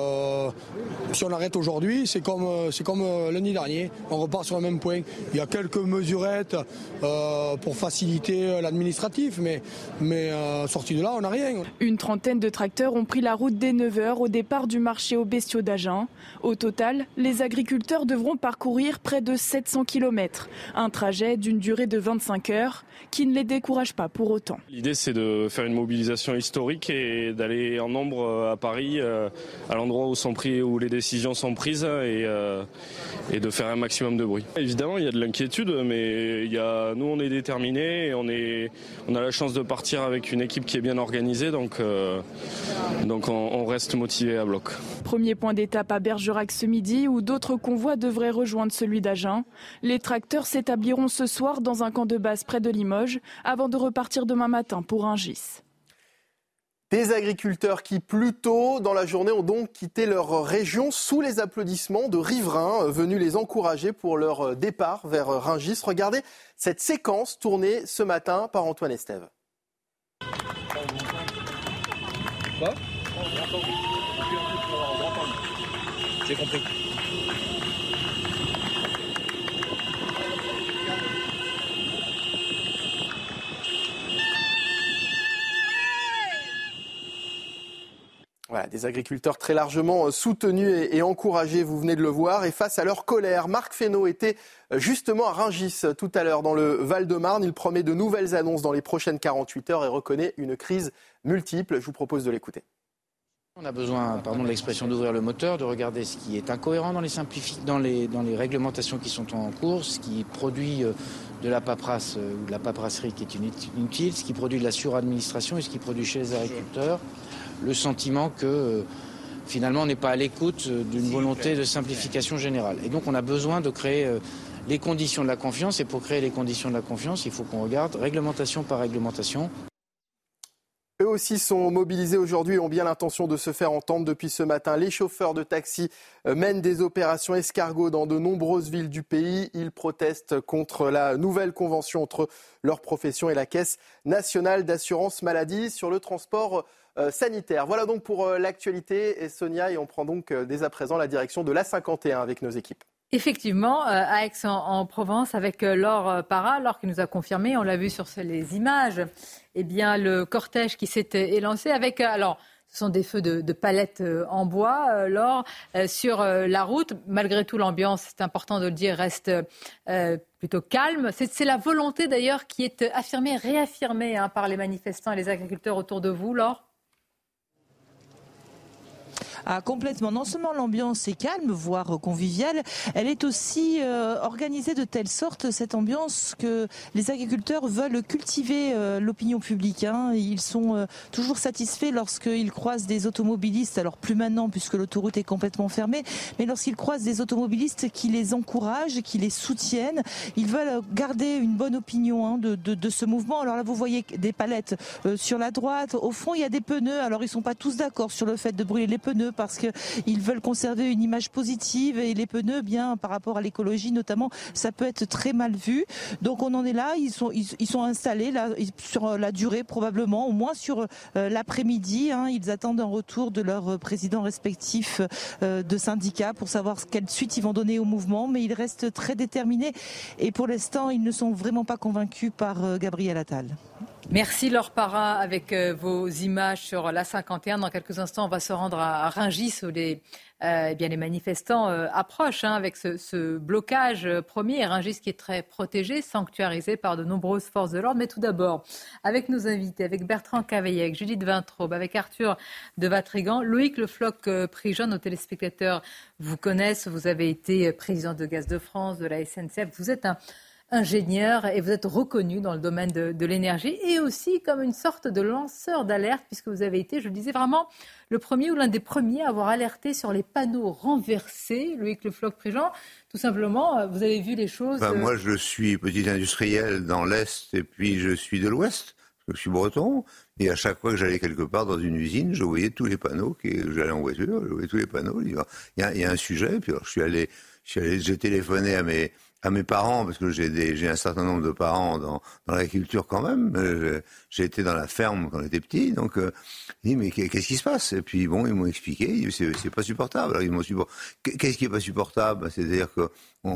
Si on arrête aujourd'hui, c'est comme lundi dernier, on repart sur le même point. Il y a quelques mesurettes pour faciliter l'administratif, mais sorti de là, on n'a rien. Une trentaine de tracteurs ont pris la route dès 9h au départ du marché aux bestiaux d'Agen. Au total, les agriculteurs agriculteurs devront parcourir près de 700 km. Un trajet d'une durée de 25 heures qui ne les décourage pas pour autant. L'idée, c'est de faire une mobilisation historique et d'aller en nombre à Paris, à l'endroit où les décisions sont prises et de faire un maximum de bruit. Évidemment, il y a de l'inquiétude, mais nous, on est déterminés et on a la chance de partir avec une équipe qui est bien organisée, donc on reste motivé à bloc. Premier point d'étape à Bergerac ce midi où d'autres convois devraient rejoindre celui d'Agen. Les tracteurs s'établiront ce soir dans un camp de base près de Limoges avant de repartir demain matin pour Rungis. Des agriculteurs qui, plus tôt dans la journée, ont donc quitté leur région sous les applaudissements de riverains venus les encourager pour leur départ vers Rungis. Regardez cette séquence tournée ce matin par Antoine Estève. Quoi ? J'ai compris. Voilà, des agriculteurs très largement soutenus et encouragés, vous venez de le voir. Et face à leur colère, Marc Fesneau était justement à Rungis tout à l'heure dans le Val-de-Marne. Il promet de nouvelles annonces dans les prochaines 48 heures et reconnaît une crise multiple. Je vous propose de l'écouter. On a besoin, pardon de l'expression, d'ouvrir le moteur, de regarder ce qui est incohérent dans les réglementations qui sont en cours, ce qui produit de la paperasse ou de la paperasserie qui est inutile, ce qui produit de la suradministration et ce qui produit chez les agriculteurs le sentiment que finalement on n'est pas à l'écoute d'une volonté de simplification générale. Et donc on a besoin de créer les conditions de la confiance, et pour créer les conditions de la confiance, il faut qu'on regarde réglementation par réglementation. Eux aussi sont mobilisés aujourd'hui et ont bien l'intention de se faire entendre depuis ce matin. Les chauffeurs de taxi mènent des opérations escargots dans de nombreuses villes du pays. Ils protestent contre la nouvelle convention entre leur profession et la Caisse nationale d'assurance maladie sur le transport sanitaire. Voilà donc pour l'actualité, et Sonia, et on prend donc dès à présent la direction de l'A51 avec nos équipes. Effectivement, à Aix-en-Provence, avec Laure Parra, Laure qui nous a confirmé, on l'a vu sur les images, eh bien, le cortège qui s'est élancé avec, alors, ce sont des feux de palettes en bois, Laure, sur la route. Malgré tout, l'ambiance, c'est important de le dire, reste plutôt calme. C'est la volonté d'ailleurs qui est affirmée, réaffirmée par les manifestants et les agriculteurs autour de vous, Laure ? Ah, complètement. Non seulement l'ambiance est calme, voire conviviale, elle est aussi organisée de telle sorte, cette ambiance, que les agriculteurs veulent cultiver l'opinion publique. Ils sont toujours satisfaits lorsqu'ils croisent des automobilistes, alors plus maintenant puisque l'autoroute est complètement fermée, mais lorsqu'ils croisent des automobilistes qui les encouragent, qui les soutiennent. Ils veulent garder une bonne opinion de ce mouvement. Alors là, vous voyez des palettes sur la droite. Au fond, il y a des pneus. Alors, ils ne sont pas tous d'accord sur le fait de brûler les pneus, parce qu'ils veulent conserver une image positive, et les pneus, bien par rapport à l'écologie notamment, ça peut être très mal vu. Donc on en est là, ils sont installés là sur la durée probablement, au moins sur l'après-midi. Ils attendent un retour de leurs présidents respectifs de syndicats pour savoir quelle suite ils vont donner au mouvement, mais ils restent très déterminés et pour l'instant ils ne sont vraiment pas convaincus par Gabriel Attal. Merci Laure Parra avec vos images sur l'A51. Dans quelques instants, on va se rendre à Rungis où les manifestants approchent avec ce blocage premier. Rungis qui est très protégé, sanctuarisé par de nombreuses forces de l'ordre. Mais tout d'abord, avec nos invités, avec Bertrand Cavaillec, Judith Vintraube, avec Arthur de Vatrigan, Loïc Le Floch-Prigent, nos téléspectateurs vous connaissent. Vous avez été président de Gaz de France, de la SNCF. Vous êtes un ingénieur et vous êtes reconnu dans le domaine de l'énergie et aussi comme une sorte de lanceur d'alerte, puisque vous avez été, je le disais, vraiment le premier ou l'un des premiers à avoir alerté sur les panneaux renversés. Loïc Le Floch-Prigent, tout simplement, vous avez vu les choses... Moi, je suis petit industriel dans l'Est et puis je suis de l'Ouest. Je suis breton, et à chaque fois que j'allais quelque part dans une usine, je voyais tous les panneaux, j'allais en voiture, je voyais tous les panneaux. Il y a un sujet, puis alors j'ai téléphoné à mes parents, parce que j'ai un certain nombre de parents dans l'agriculture quand même. J'ai été dans la ferme quand j'étais petit, donc ils m'ont dit mais qu'est-ce qui se passe ? Et puis bon, ils m'ont expliqué, c'est pas supportable. Alors ils m'ont dit bon, qu'est-ce qui est pas supportable ? C'est-à-dire que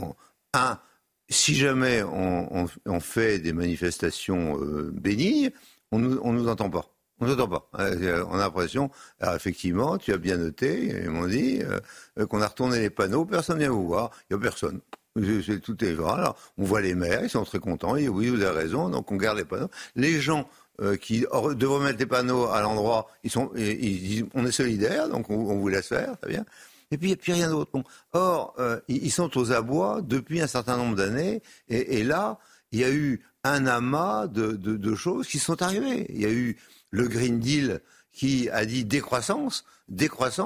si jamais on fait des manifestations bénignes, on nous entend pas. On ne t'entend pas. On a l'impression, alors effectivement, tu as bien noté, ils m'ont dit qu'on a retourné les panneaux, personne ne vient vous voir, il n'y a personne. Tout est vrai. Alors, on voit les maires, ils sont très contents, ils disent oui, vous avez raison, donc on garde les panneaux. Les gens qui devraient mettre les panneaux à l'endroit, ils disent on est solidaires, donc on vous laisse faire, très bien. Et puis, il n'y a plus rien d'autre. Bon. Or, ils sont aux abois depuis un certain nombre d'années, et là, il y a eu un amas de choses qui sont arrivées. Il y a eu le Green Deal qui a dit décroissance de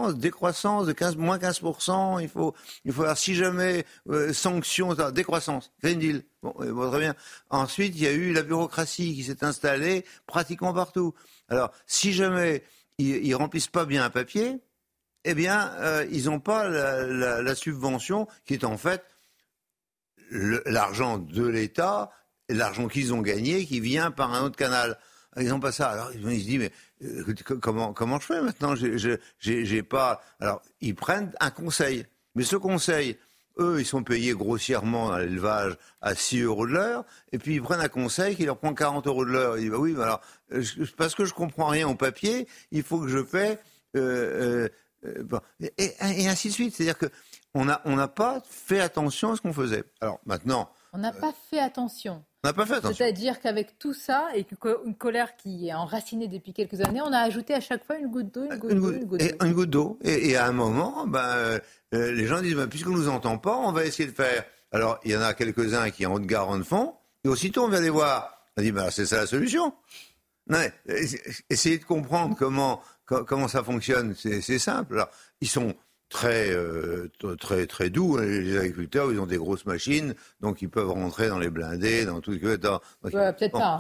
moins 15%, il faut avoir, si jamais, sanctions, décroissance, Green Deal. Bon, très bien. Ensuite, il y a eu la bureaucratie qui s'est installée pratiquement partout. Alors, si jamais ils remplissent pas bien un papier, eh bien, ils n'ont pas la subvention qui est en fait l'argent de l'État, l'argent qu'ils ont gagné qui vient par un autre canal. Ils n'ont pas ça. Alors ils se disent mais comment je fais maintenant ? J'ai pas. Alors ils prennent un conseil, mais ce conseil, eux, ils sont payés grossièrement dans l'élevage à 6 € de l'heure, et puis ils prennent un conseil qui leur prend 40 € de l'heure. Ils disent bah oui, alors parce que je comprends rien au papier, il faut que je paie. Bon, et ainsi de suite. C'est-à-dire que on n'a pas fait attention à ce qu'on faisait. Alors maintenant. On n'a pas fait attention. On n'a pas fait attention. C'est-à-dire qu'avec tout ça, et une colère qui est enracinée depuis quelques années, on a ajouté à chaque fois une goutte d'eau, une goutte d'eau. Et à un moment, les gens disent, puisqu'on ne nous entend pas, on va essayer de faire. Alors, il y en a quelques-uns qui en Haute-Garonne font, et aussitôt on vient les voir. On dit, c'est ça la solution. Non, essayez de comprendre comment ça fonctionne, c'est simple. Alors, ils sont très doux, les agriculteurs, ils ont des grosses machines, donc ils peuvent rentrer dans les blindés, dans tout. Peut-être pas.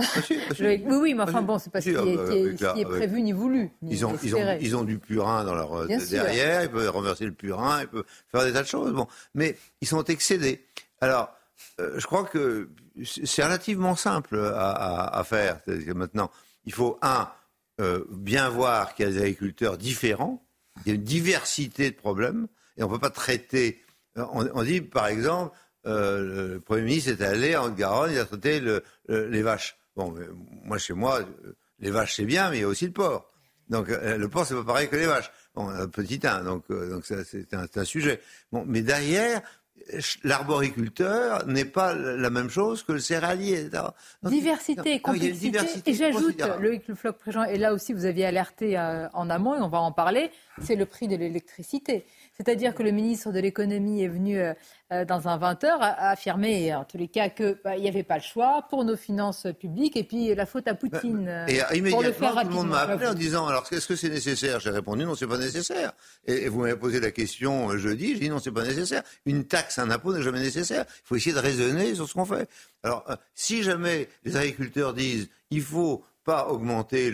Oui, mais enfin bon, c'est pas ce qui est prévu ni voulu. Ils ont du purin dans leur derrière, ils peuvent renverser le purin, ils peuvent faire des tas de choses. Bon, mais ils sont excédés. Alors, je crois que c'est relativement simple à faire. C'est-à-dire que maintenant, il faut bien voir qu'il y a des agriculteurs différents. Il y a une diversité de problèmes et on ne peut pas traiter. On dit, par exemple, le Premier ministre est allé en Haute-Garonne, il a traité les vaches. Bon, moi, chez moi, les vaches, c'est bien, mais il y a aussi le porc. Donc, le porc, c'est pas pareil que les vaches. Bon, petit 1, donc ça, c'est un sujet. Bon, mais derrière, l'arboriculteur n'est pas la même chose que le céréalier. Diversité et complexité. Et j'ajoute, Loïc Le Floch-Prigent, et là aussi vous aviez alerté en amont, et on va en parler, c'est le prix de l'électricité. C'est-à-dire que le ministre de l'économie est venu dans un 20h affirmer, en tous les cas, qu'il n'y avait pas le choix pour nos finances publiques, et puis la faute à Poutine. Et immédiatement, tout le monde m'a appelé en disant, alors est-ce que c'est nécessaire ? J'ai répondu, non, c'est pas nécessaire. Et vous m'avez posé la question jeudi, j'ai dit, non, c'est pas nécessaire. Une taxe, un impôt n'est jamais nécessaire. Il faut essayer de raisonner sur ce qu'on fait. Alors, si jamais les agriculteurs disent, il faut pas augmenter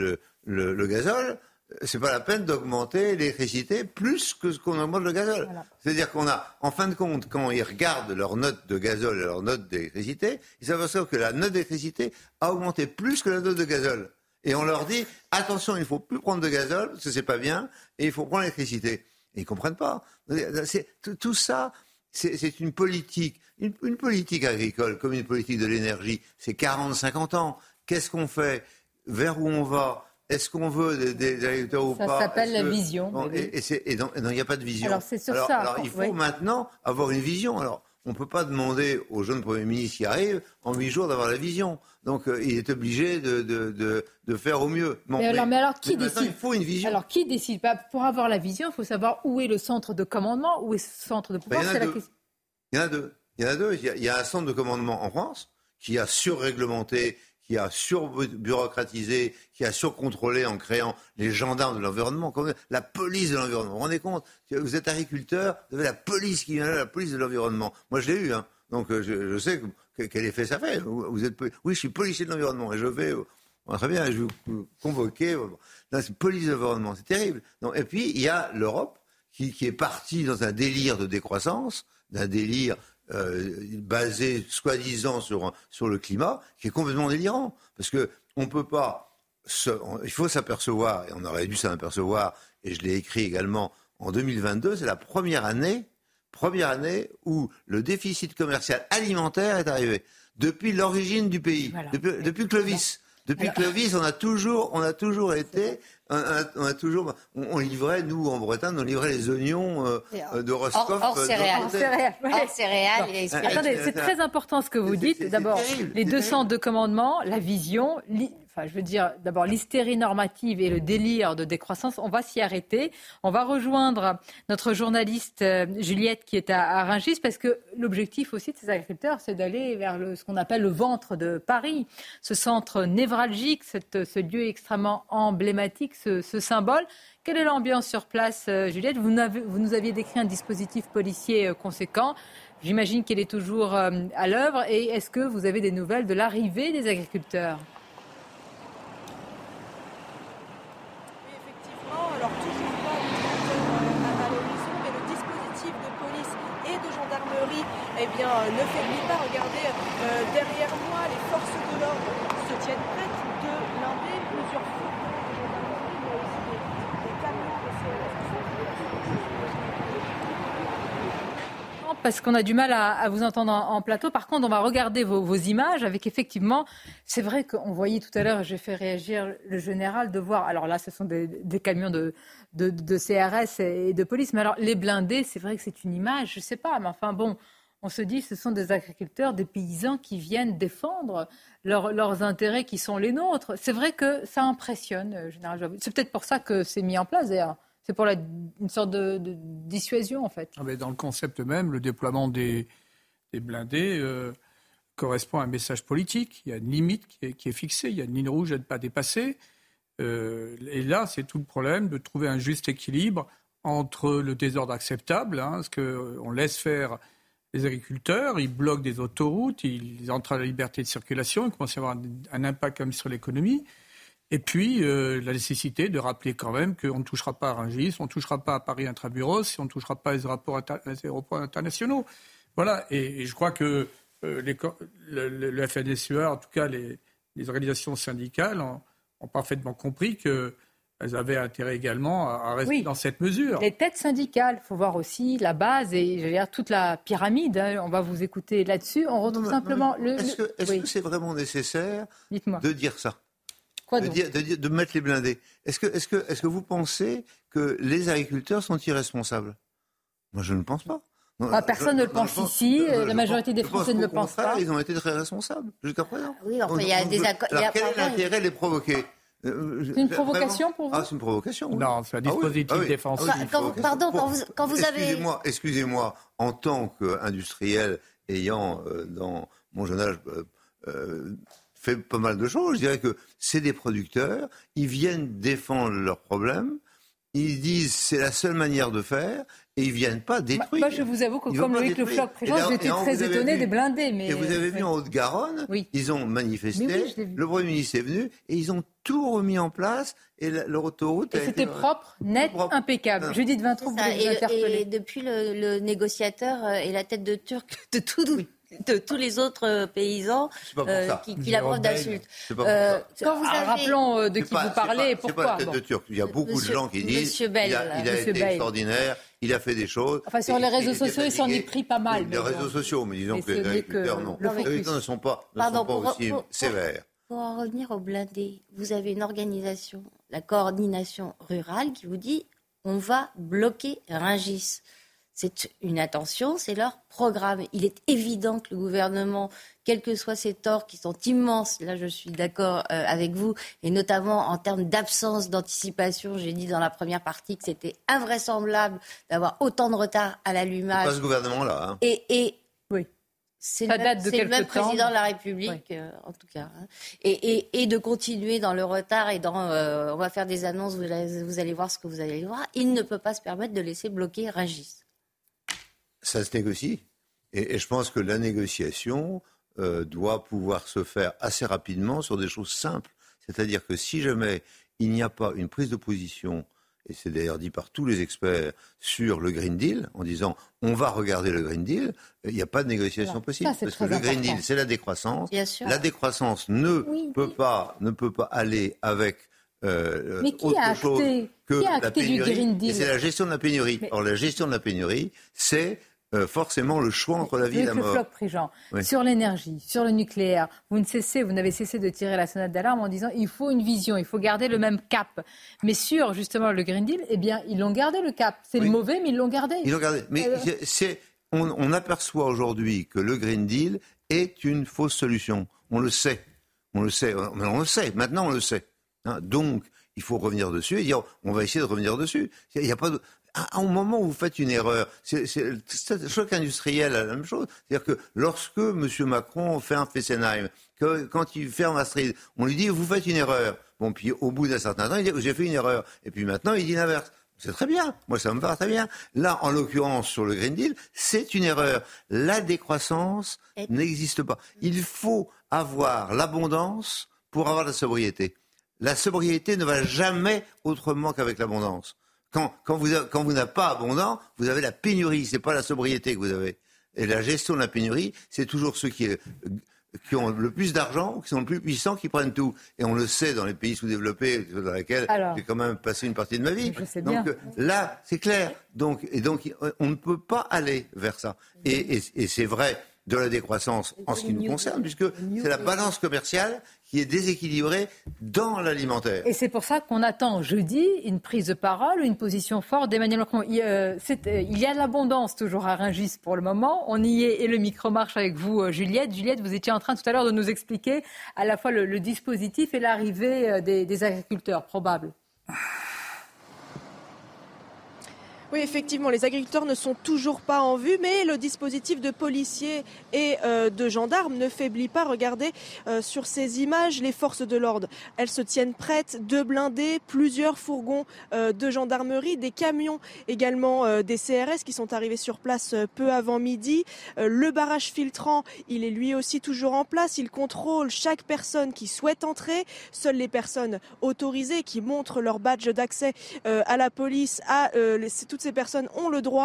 le gazole, c'est pas la peine d'augmenter l'électricité plus que ce qu'on augmente le gazole. Voilà. C'est-à-dire qu'on a, en fin de compte, quand ils regardent leur note de gazole et leur note d'électricité, ils s'aperçoivent que la note d'électricité a augmenté plus que la note de gazole. Et on leur dit, attention, il faut plus prendre de gazole, parce que c'est pas bien, et il faut prendre l'électricité. Et ils comprennent pas. Tout ça, c'est une politique. Une politique agricole, comme une politique de l'énergie, c'est 40-50 ans. Qu'est-ce qu'on fait ? Vers où on va ? Est-ce qu'on veut des agriculteurs ou pas ? Ça s'appelle la vision. Non, et non, il n'y a pas de vision. Alors, c'est sur ça. Alors, il faut maintenant avoir une vision. Alors, on ne peut pas demander au jeune Premier ministre qui arrive, en 8 jours, d'avoir la vision. Donc, il est obligé de faire au mieux. Bon, mais alors, qui décide ? Il faut une vision. Alors, qui décide ? Pour avoir la vision, il faut savoir où est le centre de commandement, où est ce centre de pouvoir. Il y en a deux. Il y a un centre de commandement en France qui a surréglementé, qui a surbureaucratisé, qui a surcontrôlé en créant les gendarmes de l'environnement, comme la police de l'environnement. Vous vous rendez compte ? Vous êtes agriculteur, vous avez la police qui vient là, la police de l'environnement. Moi, je l'ai eu, hein. Donc je sais quel effet ça fait. Oui, je suis policier de l'environnement et je vais... très bien, je vais vous convoquer. C'est police de l'environnement, c'est terrible. Donc, et puis, il y a l'Europe qui est partie dans un délire de décroissance, d'un délire... basé soi-disant sur le climat, qui est complètement délirant. Parce que on peut pas... il faut s'apercevoir, et on aurait dû s'en apercevoir, et je l'ai écrit également, en 2022, c'est la première année où le déficit commercial alimentaire est arrivé. Depuis l'origine du pays, voilà. depuis Clovis. Depuis Clovis, on a toujours été... On livrait, nous, en Bretagne, on livrait les oignons de Roscoff. Hors céréales. Attendez, c'est très important ce que vous dites. D'abord, les 202 commandements, la vision... d'abord l'hystérie normative et le délire de décroissance, on va s'y arrêter. On va rejoindre notre journaliste Juliette qui est à Rungis parce que l'objectif aussi de ces agriculteurs, c'est d'aller vers ce qu'on appelle le ventre de Paris, ce centre névralgique, ce lieu extrêmement emblématique, ce symbole. Quelle est l'ambiance sur place, Juliette ? Vous nous aviez décrit un dispositif policier conséquent. J'imagine qu'il est toujours à l'œuvre. Et est-ce que vous avez des nouvelles de l'arrivée des agriculteurs ? Alors toujours pas à l'horizon, mais le dispositif de police et de gendarmerie ne faiblit pas. Regardez, derrière moi, les forces de l'ordre se tiennent prêtes de blinder plusieurs fois de gendarmerie, mais aussi des camions de CRS. Parce qu'on a du mal à vous entendre en plateau. Par contre, on va regarder vos images avec effectivement, c'est vrai qu'on voyait tout à l'heure, j'ai fait réagir le général de voir, alors là ce sont des camions de CRS et de police, mais alors les blindés, c'est vrai que c'est une image, je ne sais pas, mais enfin bon, on se dit ce sont des agriculteurs, des paysans qui viennent défendre leurs intérêts qui sont les nôtres. C'est vrai que ça impressionne, général. C'est peut-être pour ça que c'est mis en place d'ailleurs. C'est pour une sorte de dissuasion, en fait. Dans le concept même, le déploiement des blindés correspond à un message politique. Il y a une limite qui est fixée, il y a une ligne rouge à ne pas dépasser. Et là, c'est tout le problème de trouver un juste équilibre entre le désordre acceptable, parce qu'on laisse faire les agriculteurs, ils bloquent des autoroutes, ils entrent à la liberté de circulation, il commence à y avoir un impact comme sur l'économie. Et puis, la nécessité de rappeler quand même qu'on ne touchera pas à Rungis, on ne touchera pas à Paris Intramuros, on ne touchera pas aux aéroports internationaux. Voilà, et je crois que le FNSEA, en tout cas les organisations syndicales, ont parfaitement compris qu'elles avaient intérêt également à rester dans cette mesure. Les têtes syndicales, il faut voir aussi la base et je veux dire, toute la pyramide. On va vous écouter là-dessus. On retrouve simplement Est-ce que c'est vraiment nécessaire de dire ça ? De mettre les blindés. Est-ce que vous pensez que les agriculteurs sont irresponsables ? Moi, je ne pense pas. Personne ne le pense ici. La majorité des Français ne le pensent pas. Ils ont été très responsables jusqu'à présent. Oui, enfin, il y a des accords. Alors, quel est l'intérêt de les provoquer ? C'est une provocation pour vous ? C'est une provocation. Oui. Non, c'est un dispositif défensif. Quand vous avez... Excusez-moi, en tant qu'industriel ayant, dans mon jeune âge... fait pas mal de choses. Je dirais que c'est des producteurs, ils viennent défendre leurs problèmes, ils disent c'est la seule manière de faire et ils viennent pas détruire. Moi, je vous avoue que comme Loïc Le Floch présente, j'étais très étonné des blindés. Mais... Et vous avez vu en Haute-Garonne, ils ont manifesté, le Premier ministre est venu et ils ont tout remis en place et leur autoroute... Et c'était propre, net, impeccable. Judith Vintraud, vous voulez vous interpeller. Et depuis, le négociateur est la tête de turc de tous les autres paysans qui la preuve d'insulte. Rappelons de qui vous parlez et pourquoi. C'est pas la tête de turc. Il y a beaucoup de gens qui disent qu'il a été extraordinaire, il a fait des choses. Enfin, sur les réseaux sociaux, il s'en est pris pas mal. Les réseaux sociaux, mais disons que les agriculteurs, non. Les agriculteurs ne sont pas aussi sévères. Pour en revenir aux blindés, vous avez une organisation, la coordination rurale, qui vous dit on va bloquer Rungis. C'est une intention, c'est leur programme. Il est évident que le gouvernement, quels que soient ses torts qui sont immenses, là je suis d'accord avec vous, et notamment en termes d'absence d'anticipation, j'ai dit dans la première partie que c'était invraisemblable d'avoir autant de retard à l'allumage. C'est pas ce gouvernement-là. Oui. C'est le même président de la République, en tout cas. Et de continuer dans le retard et on va faire des annonces, vous allez voir ce que vous allez voir. Il ne peut pas se permettre de laisser bloquer Rungis. Ça se négocie. Et je pense que la négociation doit pouvoir se faire assez rapidement sur des choses simples. C'est-à-dire que si jamais il n'y a pas une prise de position, et c'est d'ailleurs dit par tous les experts, sur le Green Deal, en disant on va regarder le Green Deal, il n'y a pas de négociation possible. Parce que le Green Deal, c'est la décroissance. La décroissance ne peut pas aller avec... Mais qui a acté, que la pénurie, du Green Deal ? Et c'est la gestion de la pénurie. Or, la gestion de la pénurie, c'est forcément le choix entre la vie et la mort. Floch-Prigent, sur l'énergie, sur le nucléaire, vous n'avez cessé de tirer la sonnette d'alarme en disant il faut une vision, il faut garder le même cap. Mais sur justement le Green Deal, eh bien ils l'ont gardé le cap. C'est le mauvais, mais ils l'ont gardé. Ils l'ont gardé. Mais on aperçoit aujourd'hui que le Green Deal est une fausse solution. On le sait. Maintenant on le sait. Donc, il faut revenir dessus et dire on va essayer de revenir dessus. Il n'y a pas de... À un moment où vous faites une erreur, c'est le choc industriel, la même chose. C'est-à-dire que lorsque M. Macron fait un Fessenheim, quand il fait un Astrid, on lui dit vous faites une erreur. Bon, puis au bout d'un certain temps, il dit j'ai fait une erreur. Et puis maintenant, il dit l'inverse. C'est très bien. Moi, ça me va très bien. Là, en l'occurrence, sur le Green Deal, c'est une erreur. La décroissance n'existe pas. Il faut avoir l'abondance pour avoir la sobriété. La sobriété ne va jamais autrement qu'avec l'abondance. Quand vous n'avez pas abondant, vous avez la pénurie. C'est pas la sobriété que vous avez. Et la gestion de la pénurie, c'est toujours ceux qui ont le plus d'argent ou qui sont le plus puissants qui prennent tout. Et on le sait dans les pays sous-développés dans lesquels j'ai quand même passé une partie de ma vie. Donc là, c'est clair. Donc on ne peut pas aller vers ça. Et c'est vrai de la décroissance en ce qui nous concerne, puisque c'est la balance commerciale qui est déséquilibrée dans l'alimentaire. Et c'est pour ça qu'on attend jeudi une prise de parole, une position forte d'Emmanuel Macron. Il y a de l'abondance toujours à Rungis pour le moment. On y est et le micro marche avec vous, Juliette. Juliette, vous étiez en train tout à l'heure de nous expliquer à la fois le dispositif et l'arrivée des agriculteurs probables. Oui, effectivement, les agriculteurs ne sont toujours pas en vue, mais le dispositif de policiers et de gendarmes ne faiblit pas. Regardez sur ces images, les forces de l'ordre, elles se tiennent prêtes, 2 blindés, plusieurs fourgons de gendarmerie, des camions également des CRS qui sont arrivés sur place peu avant midi. Le barrage filtrant, il est lui aussi toujours en place. Il contrôle chaque personne qui souhaite entrer. Seules les personnes autorisées qui montrent leur badge d'accès à la police, toutes ces personnes ont le droit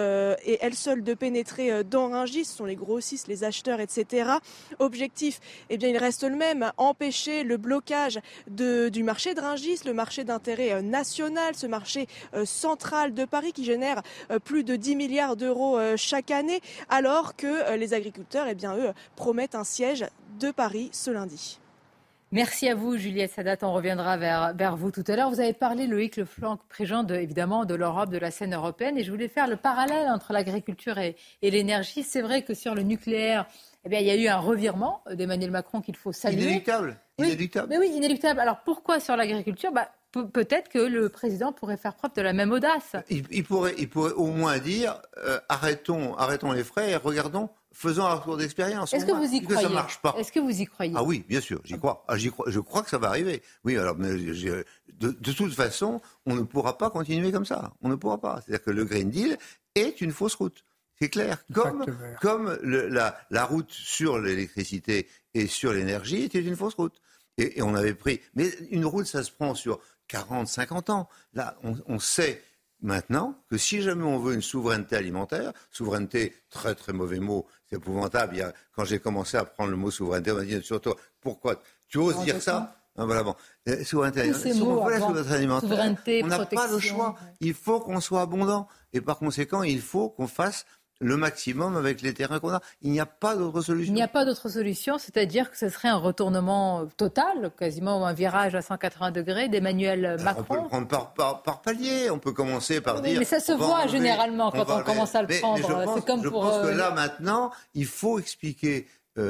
et elles seules de pénétrer dans Rungis. Ce sont les grossistes, les acheteurs, etc. Objectif, eh bien, il reste le même, empêcher le blocage du marché de Rungis, le marché d'intérêt national, ce marché central de Paris qui génère plus de 10 milliards d'euros chaque année, alors que les agriculteurs, eh bien, eux, promettent un siège de Paris ce lundi. Merci à vous, Juliette Sadat. On reviendra vers vous tout à l'heure. Vous avez parlé, Loïc Floch-Prigent, évidemment, de l'Europe, de la scène européenne. Et je voulais faire le parallèle entre l'agriculture et l'énergie. C'est vrai que sur le nucléaire, eh bien, il y a eu un revirement d'Emmanuel Macron qu'il faut saluer. Inéluctable. Mais oui, inéluctable. Alors pourquoi sur l'agriculture ? Peut-être que le président pourrait faire preuve de la même audace. Il pourrait au moins dire arrêtons les frais et faisons un retour d'expérience. Est-ce que vous y croyez ? Ça marche pas. Est-ce que vous y croyez ? Ah oui, bien sûr, j'y crois. Je crois que ça va arriver. Oui, alors mais de toute façon, on ne pourra pas continuer comme ça. On ne pourra pas. C'est-à-dire que le Green Deal est une fausse route. C'est clair. Comme la route sur l'électricité et sur l'énergie était une fausse route. Et on avait pris... Mais une route, ça se prend sur 40, 50 ans. Là, on sait maintenant que si jamais on veut une souveraineté alimentaire, souveraineté, très très mauvais mot, c'est épouvantable. Quand j'ai commencé à prendre le mot souveraineté, on m'a dit sur toi, pourquoi tu oses dire ça ? Voilà, bon. Souveraineté alimentaire, on n'a pas le choix. Il faut qu'on soit abondant. Et par conséquent, il faut qu'on fasse le maximum avec les terrains qu'on a. Il n'y a pas d'autre solution. Il n'y a pas d'autre solution, c'est-à-dire que ce serait un retournement total, quasiment un virage à 180 degrés d'Emmanuel Macron. On peut le prendre par palier. On peut commencer par dire... Mais ça se voit généralement quand on commence à le prendre. Je pense que là, maintenant, il faut expliquer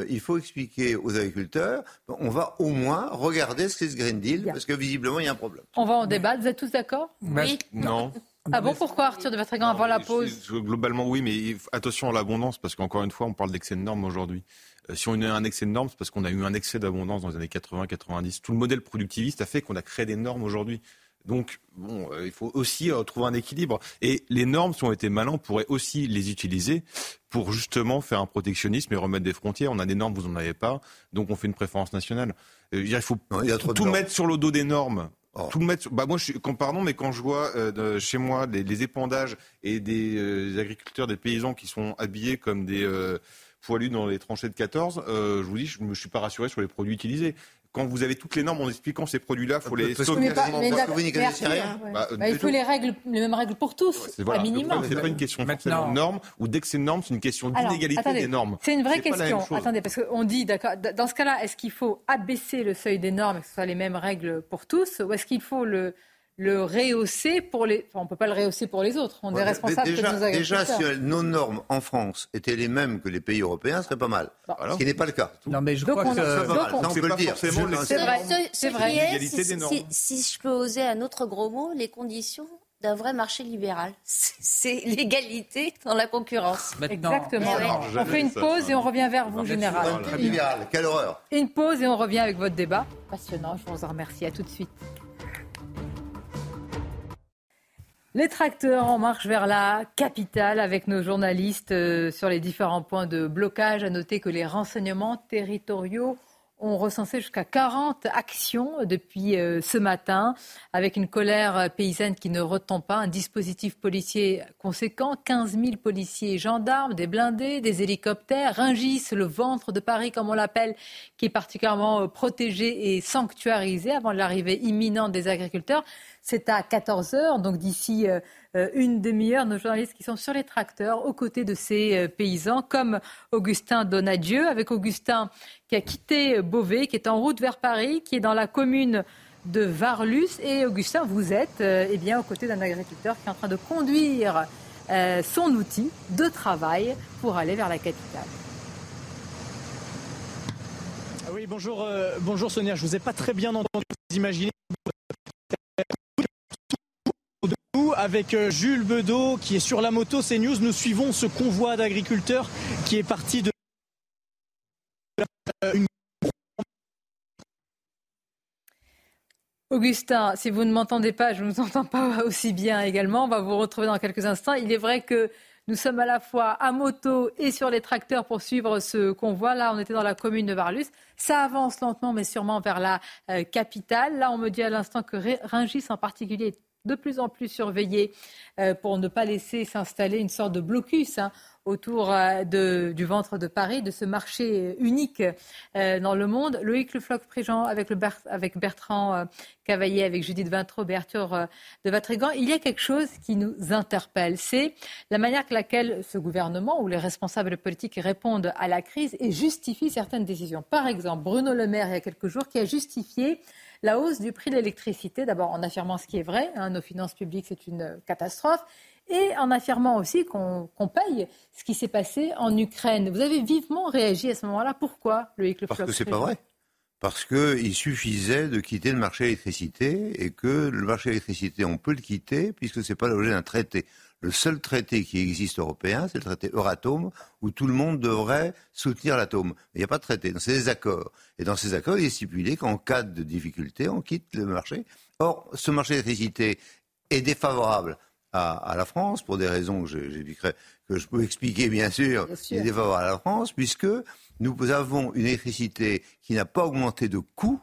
aux agriculteurs, on va au moins regarder ce qu'est ce Green Deal, parce que visiblement, il y a un problème. On va en débattre. Vous êtes tous d'accord ? Oui. Non. Ah bon, pourquoi, Arthur de Vatrigan, avant la pause ? Globalement, oui, mais attention à l'abondance, parce qu'encore une fois, on parle d'excès de normes aujourd'hui. Si on a un excès de normes, c'est parce qu'on a eu un excès d'abondance dans les années 80-90. Tout le modèle productiviste a fait qu'on a créé des normes aujourd'hui. Donc, il faut aussi trouver un équilibre. Et les normes, si on était malins, on pourrait aussi les utiliser pour justement faire un protectionnisme et remettre des frontières. On a des normes, vous n'en avez pas, donc on fait une préférence nationale. Il faut tout mettre sur le dos des normes. Tout mettre. Moi, quand je vois chez moi les épandages et des agriculteurs, des paysans qui sont habillés comme des poilus dans les tranchées de 14, je vous dis, je ne me suis pas rassuré sur les produits utilisés. Quand vous avez toutes les normes en expliquant ces produits-là, il faut les sauver. Parce que vous n'y connaissez rien. Il faut les mêmes règles pour tous, à minima. C'est pas une question forcément de normes, ou dès que c'est une norme, c'est une question d'inégalité des normes. C'est une vraie question. Attendez, parce qu'on dit, d'accord, dans ce cas-là, est-ce qu'il faut abaisser le seuil des normes et que ce soit les mêmes règles pour tous, ou est-ce qu'il faut le rehausser pour les... Enfin, on ne peut pas le rehausser pour les autres. On est responsable de nos agriculteurs. Déjà, si nos normes en France étaient les mêmes que les pays européens, ce serait pas mal. Ce qui n'est pas le cas. Non, mais je crois que... Ça, on peut le dire. C'est vrai. Si je peux oser un autre gros mot, les conditions d'un vrai marché libéral. C'est l'égalité dans la concurrence. Exactement. On fait une pause et on revient vers vous, Général. Libéral, quelle horreur. Une pause et on revient avec votre débat. Passionnant, je vous en remercie. À tout de suite. Les tracteurs en marche vers la capitale avec nos journalistes sur les différents points de blocage. À noter que les renseignements territoriaux ont recensé jusqu'à 40 actions depuis ce matin, avec une colère paysanne qui ne retombe pas, un dispositif policier conséquent, 15 000 policiers et gendarmes, des blindés, des hélicoptères, Rungis, le ventre de Paris comme on l'appelle, qui est particulièrement protégé et sanctuarisé avant l'arrivée imminente des agriculteurs. C'est à 14h, donc d'ici une demi-heure, nos journalistes qui sont sur les tracteurs aux côtés de ces paysans, comme Augustin Donadieu, avec Augustin qui a quitté Beauvais, qui est en route vers Paris, qui est dans la commune de Varlus. Et Augustin, vous êtes aux côtés d'un agriculteur qui est en train de conduire son outil de travail pour aller vers la capitale. Oui, bonjour Sonia, je ne vous ai pas très bien entendu, vous imaginez. Avec Jules Bedeau qui est sur la moto CNews, nous suivons ce convoi d'agriculteurs qui est parti de Augustin, si vous ne m'entendez pas, je ne vous entends pas aussi bien également. On va vous retrouver dans quelques instants. Il est vrai que nous sommes à la fois à moto et sur les tracteurs pour suivre ce convoi. Là, on était dans la commune de Varlus. Ça avance lentement, mais sûrement vers la capitale. Là, on me dit à l'instant que Rungis en particulier est de plus en plus surveillé pour ne pas laisser s'installer une sorte de blocus autour du ventre de Paris, de ce marché unique dans le monde. Loïc Le Floch-Prigent avec Bertrand Cavaillé, avec Judith Vintraud et Arthur de Vatrigan. Il y a quelque chose qui nous interpelle, c'est la manière avec laquelle ce gouvernement ou les responsables politiques répondent à la crise et justifient certaines décisions. Par exemple, Bruno Le Maire, il y a quelques jours, qui a justifié la hausse du prix de l'électricité, d'abord en affirmant ce qui est vrai, nos finances publiques c'est une catastrophe, et en affirmant aussi qu'on paye ce qui s'est passé en Ukraine. Vous avez vivement réagi à ce moment-là. Pourquoi, Loïc Le Floch? Parce que c'est pas vrai. Parce qu'il suffisait de quitter le marché de l'électricité et que le marché de l'électricité, on peut le quitter puisque ce n'est pas l'objet d'un traité. Le seul traité qui existe européen, c'est le traité Euratom, où tout le monde devrait soutenir l'atome. Il n'y a pas de traité, c'est des accords. Et dans ces accords, il est stipulé qu'en cas de difficulté, on quitte le marché. Or, ce marché d'électricité est défavorable à la France, pour des raisons que je peux expliquer bien sûr. Il est défavorable à la France, puisque nous avons une électricité qui n'a pas augmenté de coût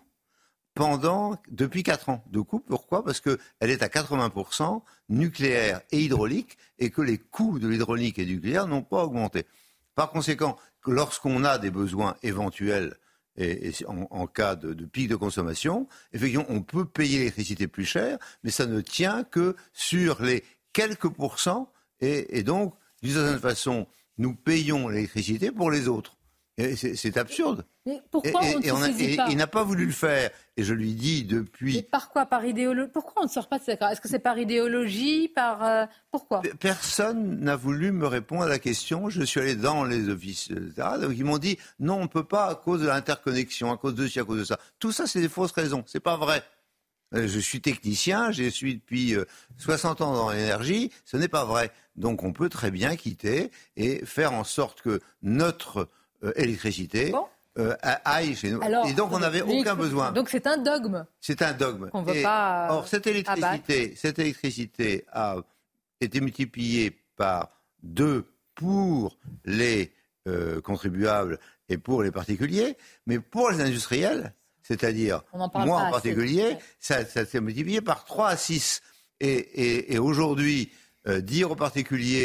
depuis 4 ans. De coût, pourquoi ? Parce qu'elle est à 80% nucléaire et hydraulique, et que les coûts de l'hydraulique et du nucléaire n'ont pas augmenté. Par conséquent, lorsqu'on a des besoins éventuels, et en cas de pic de consommation, effectivement, on peut payer l'électricité plus cher, mais ça ne tient que sur les quelques pourcents, et donc, d'une certaine façon, nous payons l'électricité pour les autres. Et c'est absurde. Mais pourquoi on ne se saisit pas ? Il n'a pas voulu le faire. Et je lui dis depuis... Mais par quoi ? Par idéologie ? Pourquoi on ne sort pas de cet accord ? Est-ce que c'est par idéologie ? Pourquoi ? Personne n'a voulu me répondre à la question. Je suis allé dans les offices, etc. Donc ils m'ont dit non, on ne peut pas à cause de l'interconnexion, à cause de ci, à cause de ça. Tout ça, c'est des fausses raisons. C'est pas vrai. Je suis technicien, je suis depuis 60 ans dans l'énergie. Ce n'est pas vrai. Donc on peut très bien quitter et faire en sorte que notre électricité aille chez nous. Alors, et donc on n'avait aucun besoin. Donc c'est un dogme. C'est un dogme. Qu'on veut pas or cette électricité a été multipliée par 2 pour les contribuables et pour les particuliers, mais pour les industriels, c'est-à-dire moi en particulier, ça s'est multiplié par 3 à 6. Et aujourd'hui, dire aux particuliers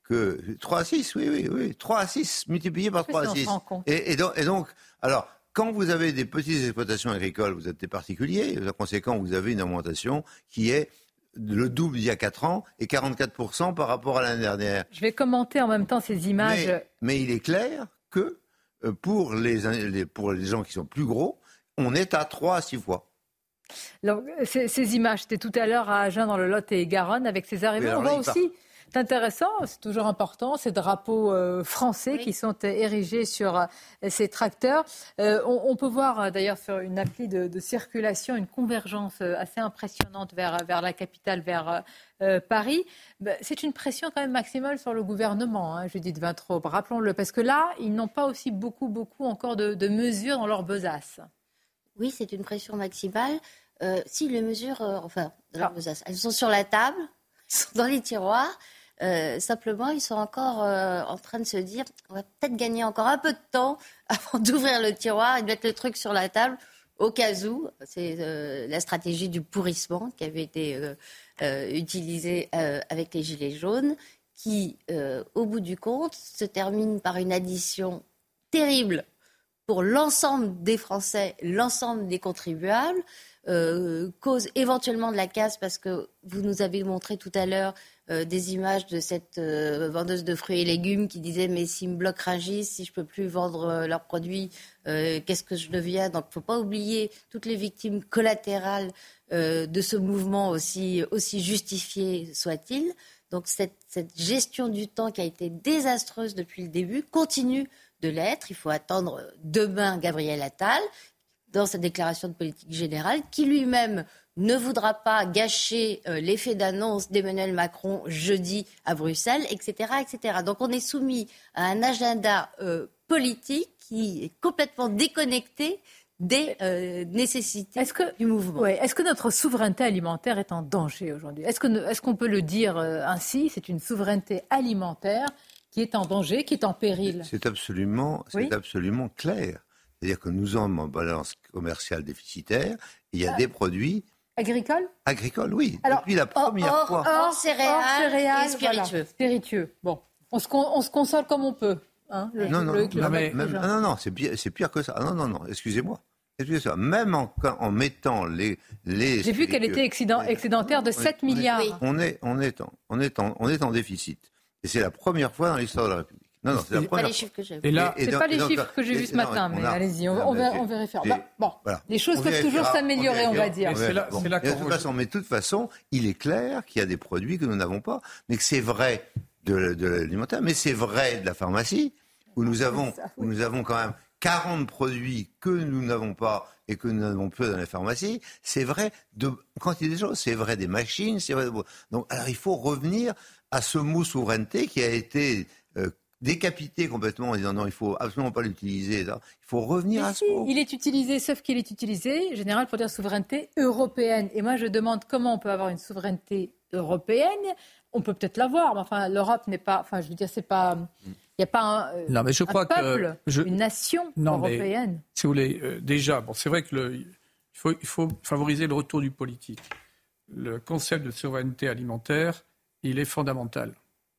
que 3 à 6, oui. 3 à 6 multiplié par 3 à 6. Et donc, alors, quand vous avez des petites exploitations agricoles, vous êtes des particuliers, par conséquent, vous avez une augmentation qui est le double d'il y a 4 ans et 44% par rapport à l'année dernière. Je vais commenter en même temps ces images. Mais il est clair que pour les gens qui sont plus gros, on est à 3 à 6 fois. Alors, ces images, c'était tout à l'heure à Agen dans le Lot-et-Garonne avec ces arrivées. On voit aussi, c'est intéressant, c'est toujours important, ces drapeaux français qui sont érigés sur ces tracteurs. On peut voir d'ailleurs sur une appli de circulation une convergence assez impressionnante vers la capitale, vers Paris. C'est une pression quand même maximale sur le gouvernement, Judith Vintraube, rappelons-le, parce que là, ils n'ont pas aussi beaucoup encore de mesures dans leur besace. Oui, c'est une pression maximale. Si les mesures, elles sont sur la table, elles sont dans les tiroirs. Simplement, ils sont encore en train de se dire, on va peut-être gagner encore un peu de temps avant d'ouvrir le tiroir et de mettre le truc sur la table au cas où. C'est la stratégie du pourrissement qui avait été utilisée avec les Gilets jaunes, qui, au bout du compte, se termine par une addition terrible pour l'ensemble des Français, l'ensemble des contribuables, cause éventuellement de la casse, parce que vous nous avez montré tout à l'heure des images de cette vendeuse de fruits et légumes qui disait « mais s'ils me bloquent Rungis, si je ne peux plus vendre leurs produits, qu'est-ce que je deviens ?» Donc il ne faut pas oublier toutes les victimes collatérales de ce mouvement, aussi justifié soit-il. Donc cette gestion du temps qui a été désastreuse depuis le début continue de l'être. Il faut attendre demain Gabriel Attal, dans sa déclaration de politique générale, qui lui-même ne voudra pas gâcher l'effet d'annonce d'Emmanuel Macron jeudi à Bruxelles, etc., etc. Donc on est soumis à un agenda politique qui est complètement déconnecté des nécessités du mouvement. Ouais. Est-ce que notre souveraineté alimentaire est en danger aujourd'hui ? Est-ce qu'on peut le dire ainsi ? C'est une souveraineté alimentaire qui est en danger, qui est en péril. C'est absolument clair. C'est-à-dire que nous sommes en balance commerciale déficitaire. Il y a des produits... Agricoles, oui. Alors, depuis la première fois. Hors céréales et spiritueux. Voilà, spiritueux. Bon, on se console comme on peut. Hein, non, c'est pire que ça. Non, excusez-moi. Même en mettant les J'ai vu qu'elle était excédentaire de 7 milliards. On est en déficit. Et c'est la première fois dans l'histoire de la République. Non, c'est la première fois. Chiffres que j'ai. C'est pas les chiffres que j'ai vus ce matin, mais allez-y, on vérifiera. Voilà. Les choses peuvent toujours s'améliorer, on va dire. De toute façon, il est clair qu'il y a des produits que nous n'avons pas, mais que c'est vrai de l'alimentaire, mais c'est vrai de la pharmacie, où nous avons quand même 40 produits que nous n'avons pas et que nous n'avons plus dans la pharmacie. C'est vrai de quantité de choses, c'est vrai des machines, c'est vrai de... Donc, alors il faut revenir à ce mot souveraineté qui a été décapité complètement en disant non, il ne faut absolument pas l'utiliser. Il faut revenir à ce mot. Il est utilisé, sauf qu'il est utilisé, en général, pour dire souveraineté européenne. Et moi, je demande comment on peut avoir une souveraineté européenne. On peut peut-être l'avoir, mais enfin, l'Europe n'est pas... Enfin, je veux dire, c'est pas... Il n'y a pas un peuple, une nation européenne. Mais, si vous voulez, déjà, c'est vrai qu'il faut favoriser le retour du politique. Le concept de souveraineté alimentaire, il est fondamental.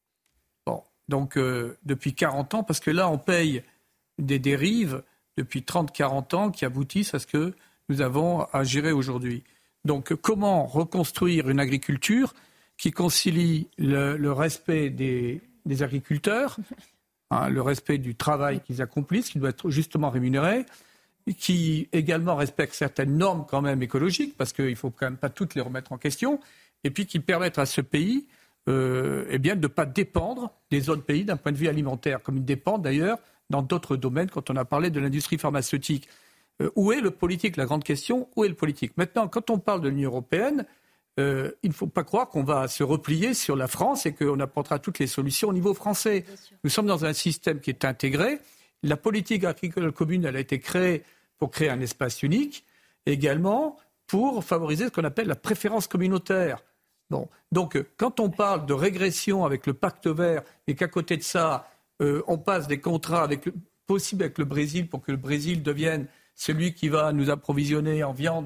Donc, depuis 40 ans, parce que là, on paye des dérives depuis 30-40 ans qui aboutissent à ce que nous avons à gérer aujourd'hui. Donc, comment reconstruire une agriculture qui concilie le respect des agriculteurs, le respect du travail qu'ils accomplissent, qui doit être justement rémunéré, qui également respecte certaines normes quand même écologiques, parce qu'il ne faut quand même pas toutes les remettre en question, et puis qui permettent à ce pays de ne pas dépendre des autres pays d'un point de vue alimentaire, comme ils dépendent d'ailleurs dans d'autres domaines quand on a parlé de l'industrie pharmaceutique. Où est le politique ? La grande question, où est le politique ? Maintenant, quand on parle de l'Union européenne, il ne faut pas croire qu'on va se replier sur la France et qu'on apportera toutes les solutions au niveau français. Nous sommes dans un système qui est intégré. La politique agricole commune, elle a été créée pour créer un espace unique, et également pour favoriser ce qu'on appelle la préférence communautaire. Bon. Donc, quand on parle de régression avec le pacte vert, et qu'à côté de ça, on passe des contrats possibles avec le Brésil pour que le Brésil devienne celui qui va nous approvisionner en viande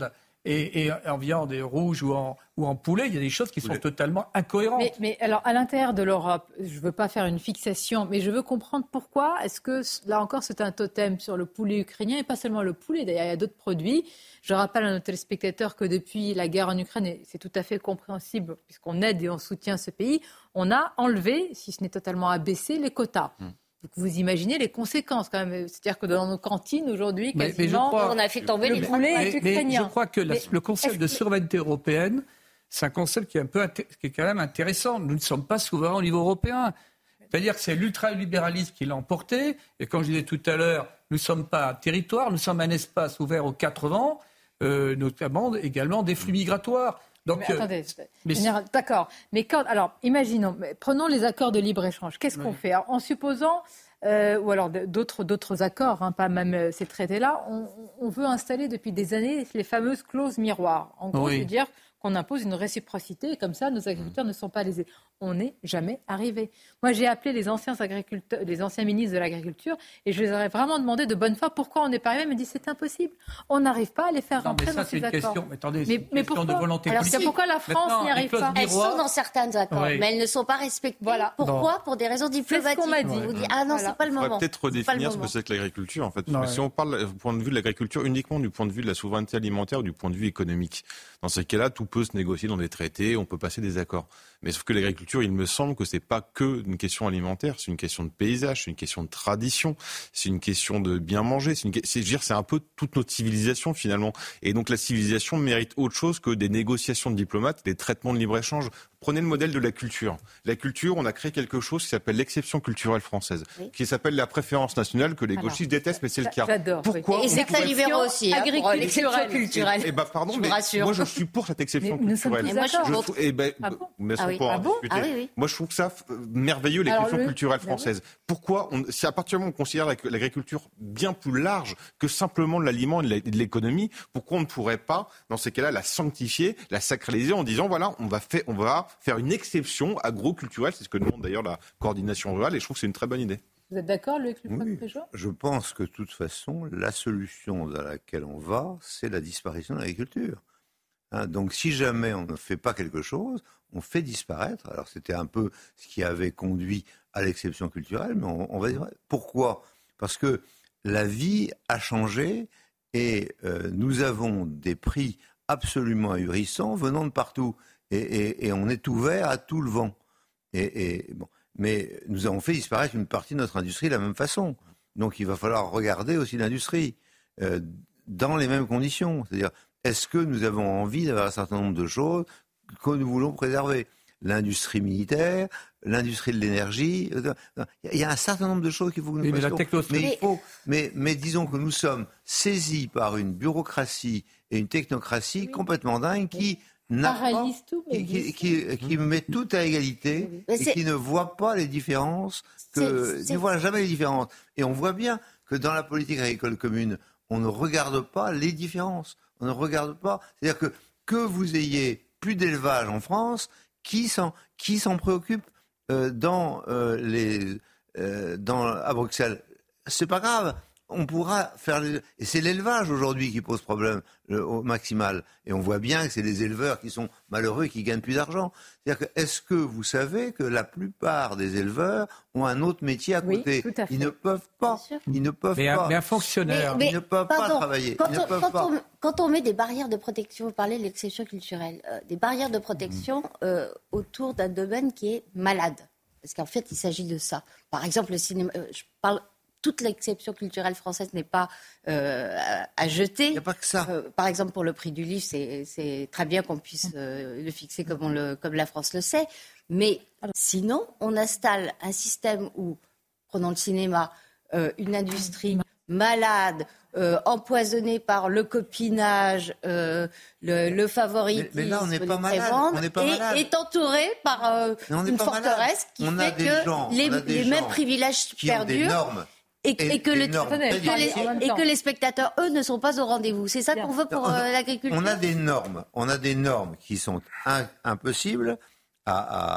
et en viande rouge ou en poulet, il y a des choses qui sont totalement incohérentes. Mais alors, à l'intérieur de l'Europe, je ne veux pas faire une fixation, mais je veux comprendre pourquoi est-ce que, là encore, c'est un totem sur le poulet ukrainien, et pas seulement le poulet, d'ailleurs, il y a d'autres produits. Je rappelle à nos téléspectateurs que depuis la guerre en Ukraine, et c'est tout à fait compréhensible, puisqu'on aide et on soutient ce pays, on a enlevé, si ce n'est totalement abaissé, les quotas. Donc vous imaginez les conséquences quand même. C'est-à-dire que dans nos cantines aujourd'hui, quasiment, on a fait tomber les poulet ukrainien. Mais je crois que le concept de souveraineté européenne, c'est un concept qui est quand même intéressant. Nous ne sommes pas souverains au niveau européen. C'est-à-dire que c'est l'ultralibéralisme qui l'a emporté. Et comme je disais tout à l'heure, nous ne sommes pas un territoire, nous sommes un espace ouvert aux 4 vents, notamment également des flux migratoires. Donc, mais attendez, d'accord. Mais alors, imaginons, prenons les accords de libre-échange. Qu'est-ce qu'on fait en supposant, ou alors d'autres accords, pas même ces traités-là, on veut installer depuis des années les fameuses clauses miroirs. En gros, c'est dire qu'on impose une réciprocité et comme ça, nos agriculteurs ne sont pas lésés. On n'est jamais arrivé. Moi, j'ai appelé les anciens ministres de l'Agriculture et je les aurais vraiment demandé de bonne foi pourquoi on n'est pas arrivé. Ils me disent c'est impossible. On n'arrive pas à les faire rentrer dans ces accords. Mais pourquoi de volonté politique. Pourquoi la France n'y arrive pas? Elles sont dans certains accords, mais elles ne sont pas respectées. Voilà. Pourquoi? Pour des raisons diplomatiques. C'est ce qu'on m'a dit. On dit, ah non, c'est pas le moment. On va peut-être redéfinir ce que c'est que l'agriculture. En fait. Si on parle du point de vue de l'agriculture uniquement du point de vue de la souveraineté alimentaire ou du point de vue économique, dans ces cas-là, tout peut se négocier dans des traités, on peut passer des accords. Mais sauf que l'agriculture, il me semble que c'est pas que une question alimentaire, c'est une question de paysage, c'est une question de tradition, c'est une question de bien manger, c'est un peu toute notre civilisation finalement. Et donc la civilisation mérite autre chose que des négociations de diplomates, des traitements de libre-échange. Prenez le modèle de la culture. La culture, on a créé quelque chose qui s'appelle l'exception culturelle française, qui s'appelle la préférence nationale que les gauchistes détestent, mais c'est le cas. J'adore. Pourquoi Et c'est très libéraux aussi, pour l'exception culturelle. Pardon, mais moi je suis pour cette exception culturelle. Moi je suis Moi, je trouve que ça merveilleux, l'exception culturelle française. Pourquoi si à partir du moment où on considère l'agriculture bien plus large que simplement de l'aliment et de l'économie, pourquoi on ne pourrait pas, dans ces cas-là, la sanctifier, la sacraliser en disant, voilà, on va faire une exception agroculturelle, c'est ce que demande d'ailleurs la coordination rurale, et je trouve que c'est une très bonne idée. Vous êtes d'accord, Luc Préjean ? Je pense que de toute façon, la solution dans laquelle on va, c'est la disparition de l'agriculture. Donc si jamais on ne fait pas quelque chose, on fait disparaître. Alors c'était un peu ce qui avait conduit à l'exception culturelle, mais on va dire pourquoi ? Parce que la vie a changé et nous avons des prix absolument ahurissants venant de partout. Et on est ouvert à tout le vent. Mais nous avons fait disparaître une partie de notre industrie de la même façon. Donc il va falloir regarder aussi l'industrie dans les mêmes conditions. C'est-à-dire, est-ce que nous avons envie d'avoir un certain nombre de choses que nous voulons préserver ? L'industrie militaire, l'industrie de l'énergie. Il y a un certain nombre de choses qu'il faut que nous fassions. Mais disons que nous sommes saisis par une bureaucratie et une technocratie complètement dingue qui met tout à égalité et qui ne voit pas les différences, ne voit jamais les différences. Et on voit bien que dans la politique agricole commune, on ne regarde pas les différences. On ne regarde pas. C'est-à-dire que vous ayez plus d'élevage en France, qui s'en préoccupe à Bruxelles ? C'est pas grave. On pourra faire... Et c'est l'élevage aujourd'hui qui pose problème au maximal. Et on voit bien que c'est les éleveurs qui sont malheureux et qui gagnent plus d'argent. C'est-à-dire que, est-ce que vous savez que la plupart des éleveurs ont un autre métier à côté ? Tout à fait. Ils ne peuvent pas. Ils ne peuvent pas. Mais un fonctionnaire... Ils ne peuvent pas travailler. Quand on met des barrières de protection, vous parlez de l'exception culturelle, des barrières de protection autour d'un domaine qui est malade. Parce qu'en fait, il s'agit de ça. Par exemple, le cinéma... Toute l'exception culturelle française n'est pas à jeter. Il n'y a pas que ça. Par exemple, pour le prix du livre, c'est très bien qu'on puisse le fixer comme la France le sait. Mais sinon, on installe un système où, prenons le cinéma, une industrie malade, empoisonnée par le copinage, le favoritisme, mais là, on n'est pas malade. Et est entouré par une forteresse qui fait que les mêmes privilèges perdurent. Et que les spectateurs, eux, ne sont pas au rendez-vous. C'est ça qu'on veut pour l'agriculture. On a des normes qui sont impossibles à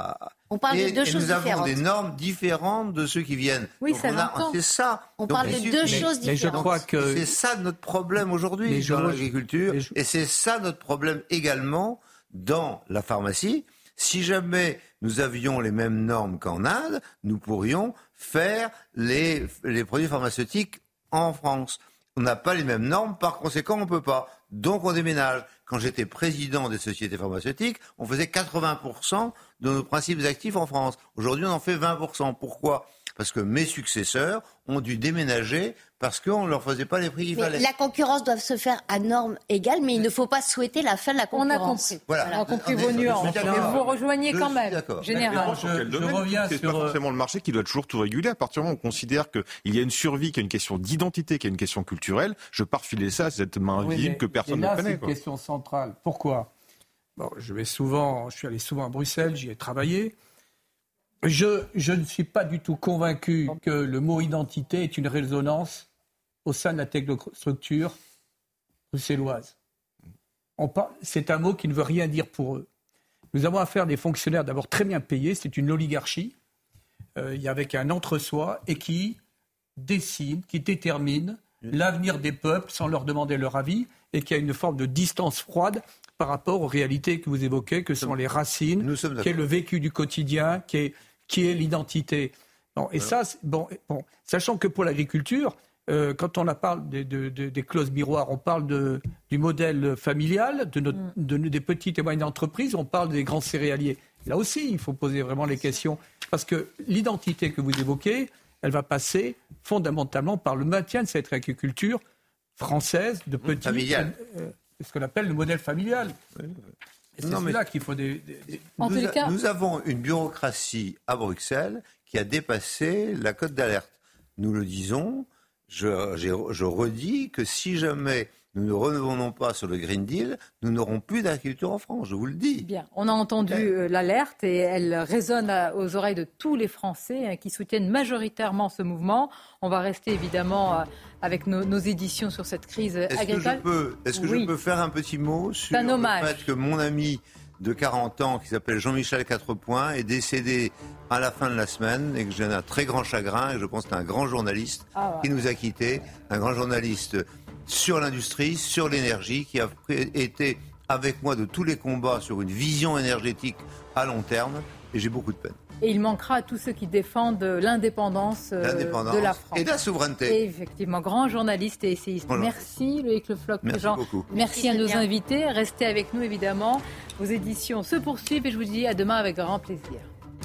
On parle de deux choses différentes. Nous avons différentes. des normes différentes de ceux qui viennent. Oui, donc ça j'entends. C'est ça. On parle de deux choses différentes. Mais je crois que c'est ça notre problème aujourd'hui dans l'agriculture. Et c'est ça notre problème également dans la pharmacie. Si jamais nous avions les mêmes normes qu'en Inde, nous pourrions faire les produits pharmaceutiques en France. On n'a pas les mêmes normes, par conséquent, on ne peut pas. Donc, on déménage. Quand j'étais président des sociétés pharmaceutiques, on faisait 80% de nos principes actifs en France. Aujourd'hui, on en fait 20%. Pourquoi ? Parce que mes successeurs ont dû déménager parce qu'on ne leur faisait pas les prix qu'il fallait. La concurrence doit se faire à normes égales, mais il ne faut pas souhaiter la fin de la concurrence. On a compris. Voilà. On a compris vos nuances. Vous rejoignez quand même. Général. Je reviens sur... C'est pas forcément le marché qui doit toujours tout réguler. À partir du moment où on considère qu'il y a une survie, qu'il y a une question d'identité, qu'il y a une question culturelle, je pars filer ça à cette main vive que personne ne connaît. C'est une question centrale. Pourquoi ? Je suis allé souvent à Bruxelles, j'y ai travaillé. Je ne suis pas du tout convaincu que le mot identité est une résonance au sein de la technostructure bruxelloise. C'est un mot qui ne veut rien dire pour eux. Nous avons affaire à des fonctionnaires d'abord très bien payés, c'est une oligarchie, avec un entre-soi, et qui décide, qui détermine l'avenir des peuples sans leur demander leur avis, et qui a une forme de distance froide par rapport aux réalités que vous évoquez, que sont les racines, qui est le vécu du quotidien, qui est l'identité. Bon, et ça, sachant que pour l'agriculture, quand on parle des clauses miroirs, on parle du modèle familial, des petites et moyennes entreprises, on parle des grands céréaliers. Là aussi, il faut poser vraiment les questions. Parce que l'identité que vous évoquez, elle va passer fondamentalement par le maintien de cette agriculture française, de petites... familiale. Ce qu'on appelle le modèle familial. Et c'est là qu'il faut Nous avons une bureaucratie à Bruxelles qui a dépassé la cote d'alerte. Nous le disons, je redis que si jamais nous ne revenons pas sur le Green Deal, nous n'aurons plus d'agriculture en France, je vous le dis. Bien, on a entendu l'alerte et elle résonne aux oreilles de tous les Français qui soutiennent majoritairement ce mouvement. On va rester évidemment avec nos éditions sur cette crise agricole. Est-ce que je peux faire un petit mot sur le fait que mon ami de 40 ans, qui s'appelle Jean-Michel Quatrepoint, est décédé à la fin de la semaine et que j'ai un très grand chagrin, et je pense que c'est un grand journaliste qui nous a quittés, un grand journaliste sur l'industrie, sur l'énergie, qui a été avec moi de tous les combats sur une vision énergétique à long terme, et j'ai beaucoup de peine. Et il manquera à tous ceux qui défendent l'indépendance de la France. Et de la souveraineté. Et effectivement, grand journaliste et essayiste. Bonjour. Merci Loïc Le Floch. Merci beaucoup. Merci à nos invités. Restez avec nous évidemment. Vos éditions se poursuivent et je vous dis à demain avec grand plaisir.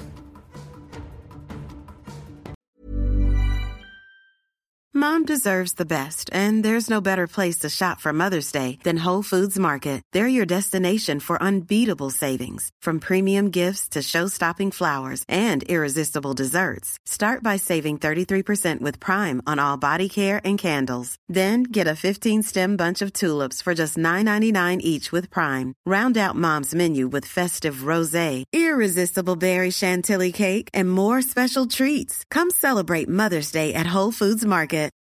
Mom deserves the best, and there's no better place to shop for Mother's Day than Whole Foods Market. They're your destination for unbeatable savings, from premium gifts to show-stopping flowers and irresistible desserts. Start by saving 33% with Prime on all body care and candles. Then get a 15-stem bunch of tulips for just $9.99 each with Prime. Round out Mom's menu with festive rosé, irresistible berry chantilly cake, and more special treats. Come celebrate Mother's Day at Whole Foods Market.